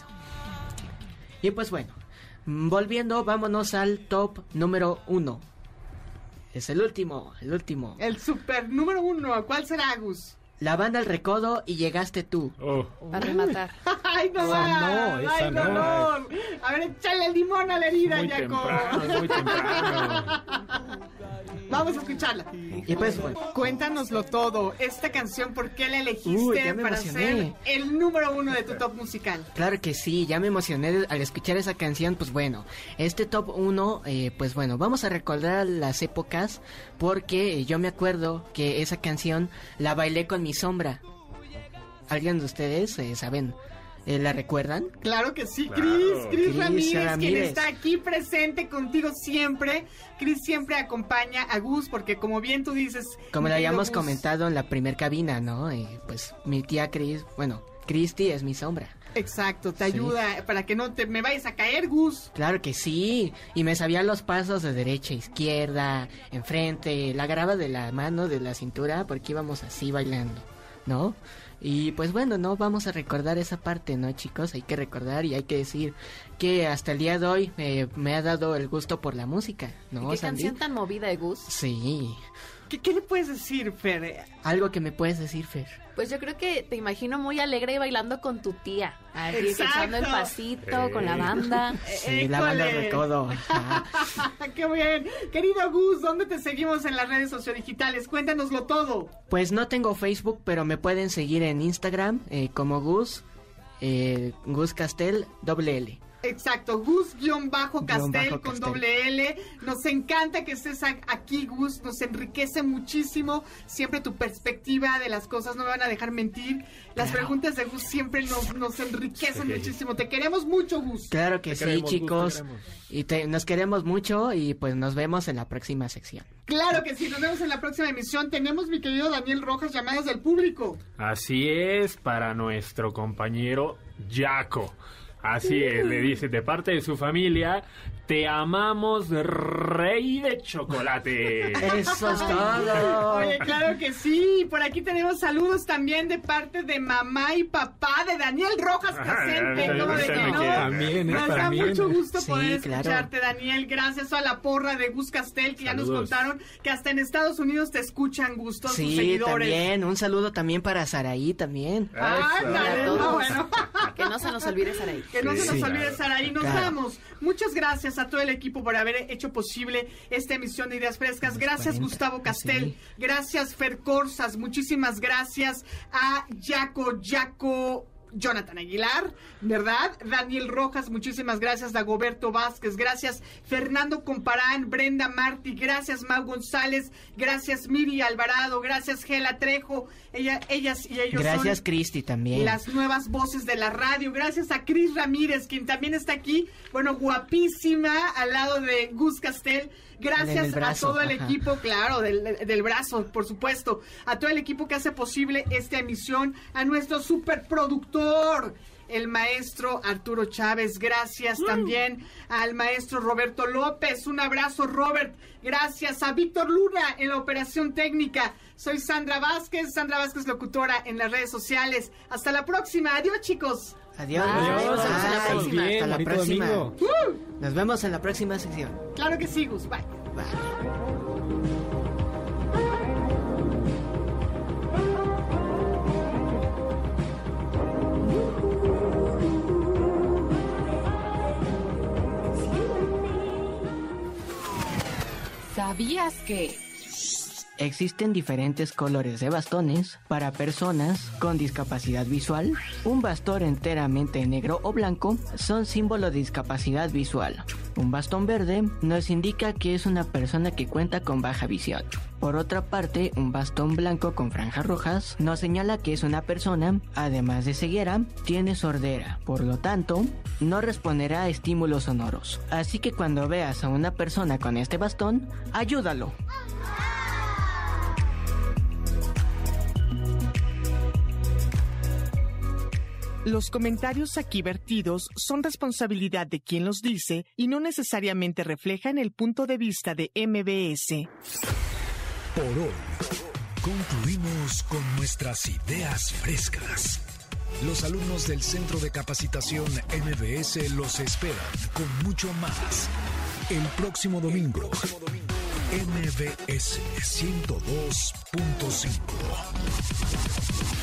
Y pues bueno, volviendo, vámonos al top número 1. Es el último.
El super número 1. ¿Cuál será, Gus?
La Banda El Recodo y Llegaste Tú.
A rematar.
¡Ay, no!
¡Ay, no!
A ver, échale el limón a la herida, Jaco.
Muy temprano.
Vamos a escucharla.
Y pues bueno,
cuéntanoslo todo. Esta canción, ¿por qué la elegiste para ser el número 1 de tu top musical?
Claro que sí, ya me emocioné al escuchar esa canción. Pues bueno, este top 1, pues bueno, vamos a recordar las épocas porque yo me acuerdo que esa canción la bailé con mi sombra. ¿Alguien de ustedes saben? ¿La recuerdan?
Claro que sí,
claro.
Cris Ramírez, quien está aquí presente contigo siempre. Cris siempre acompaña a Gus, porque como bien tú dices...
Como lo habíamos comentado en la primer cabina, ¿no? Pues mi tía Cris, bueno, Cristi es mi sombra.
Exacto, te ayuda para que no me vayas a caer, Gus.
Claro que sí, y me sabía los pasos de derecha a izquierda, enfrente, la agarraba de la mano, de la cintura, porque íbamos así bailando, ¿no? Y pues bueno, no vamos a recordar esa parte, ¿no, chicos? Hay que recordar y hay que decir que hasta el día de hoy me ha dado el gusto por la música, ¿no,
¿Qué
Sandy?
canción tan movida de Gus?
Sí.
¿Qué le puedes decir, Fer?
Algo que me puedes decir, Fer.
Pues yo creo que te imagino muy alegre y bailando con tu tía. Así, echando el pasito con la banda.
Sí, la Banda El Recodo.
¡Qué bien! Querido Gus, ¿dónde te seguimos en las redes sociodigitales? Cuéntanoslo todo.
Pues no tengo Facebook, pero me pueden seguir en Instagram como Gus Castel, ll.
Exacto, Gus-Castel con doble L. Nos encanta que estés aquí, Gus. Nos enriquece muchísimo. Siempre tu perspectiva de las cosas, no me van a dejar mentir. Las preguntas de Gus siempre nos enriquecen muchísimo. Te queremos mucho, Gus.
Claro que sí, chicos. Y nos queremos mucho y pues nos vemos en la próxima sección.
Claro que sí, nos vemos en la próxima emisión. Tenemos, mi querido Daniel Rojas, llamadas del público.
Así es, para nuestro compañero Jaco. Así es, le dice de parte de su familia: te amamos, rey de chocolate.
Eso es todo.
Oye, claro que sí. Por aquí tenemos saludos también de parte de mamá y papá de Daniel Rojas presente. ¿Cómo de que no?
También,
nos da mucho gusto poder
claro.
escucharte, Daniel. Gracias a la porra de Gus Castel, que saludos. Ya nos contaron que hasta en Estados Unidos te escuchan, Gus, todos sus seguidores.
Sí, también. Un saludo también para Saraí también.
Bueno.
Que no se nos olvide Saraí.
Que no se nos olvide Saraí. Nos vamos. Muchas gracias a todo el equipo por haber hecho posible esta emisión de Ideas Frescas. Gracias, Gustavo Castel. Sí. Gracias, Fer Corsas. Muchísimas gracias a Jaco Jonathan Aguilar, ¿verdad? Daniel Rojas, muchísimas gracias. Dagoberto Vázquez, gracias. Fernando Comparán, Brenda Martí, gracias. Mau González, gracias. Miri Alvarado, gracias. Gela Trejo, ellas y ellos
gracias,
son
Cristi también.
Las nuevas voces de la radio. Gracias a Cris Ramírez, quien también está aquí, bueno, guapísima, al lado de Gus Castel. Gracias a todo el equipo, claro, del brazo, por supuesto. A todo el equipo que hace posible esta emisión. A nuestro superproductor, el maestro Arturo Chávez. Gracias también al maestro Roberto López. Un abrazo, Robert. Gracias a Víctor Luna en la operación técnica. Soy Sandra Vázquez locutora en las redes sociales. Hasta la próxima. Adiós, chicos.
Adiós.
Hasta la próxima.
Hasta la próxima. Nos vemos en la próxima sección.
Claro que sí, Gus. Bye.
¿Sabías que?
Existen diferentes colores de bastones para personas con discapacidad visual. Un bastón enteramente negro o blanco son símbolo de discapacidad visual. Un bastón verde nos indica que es una persona que cuenta con baja visión. Por otra parte, un bastón blanco con franjas rojas nos señala que es una persona, además de ceguera, tiene sordera. Por lo tanto, no responderá a estímulos sonoros. Así que cuando veas a una persona con este bastón, ayúdalo.
Los comentarios aquí vertidos son responsabilidad de quien los dice y no necesariamente reflejan el punto de vista de MBS.
Por hoy, concluimos con nuestras ideas frescas. Los alumnos del Centro de Capacitación MBS los esperan con mucho más el próximo domingo. MBS 102.5.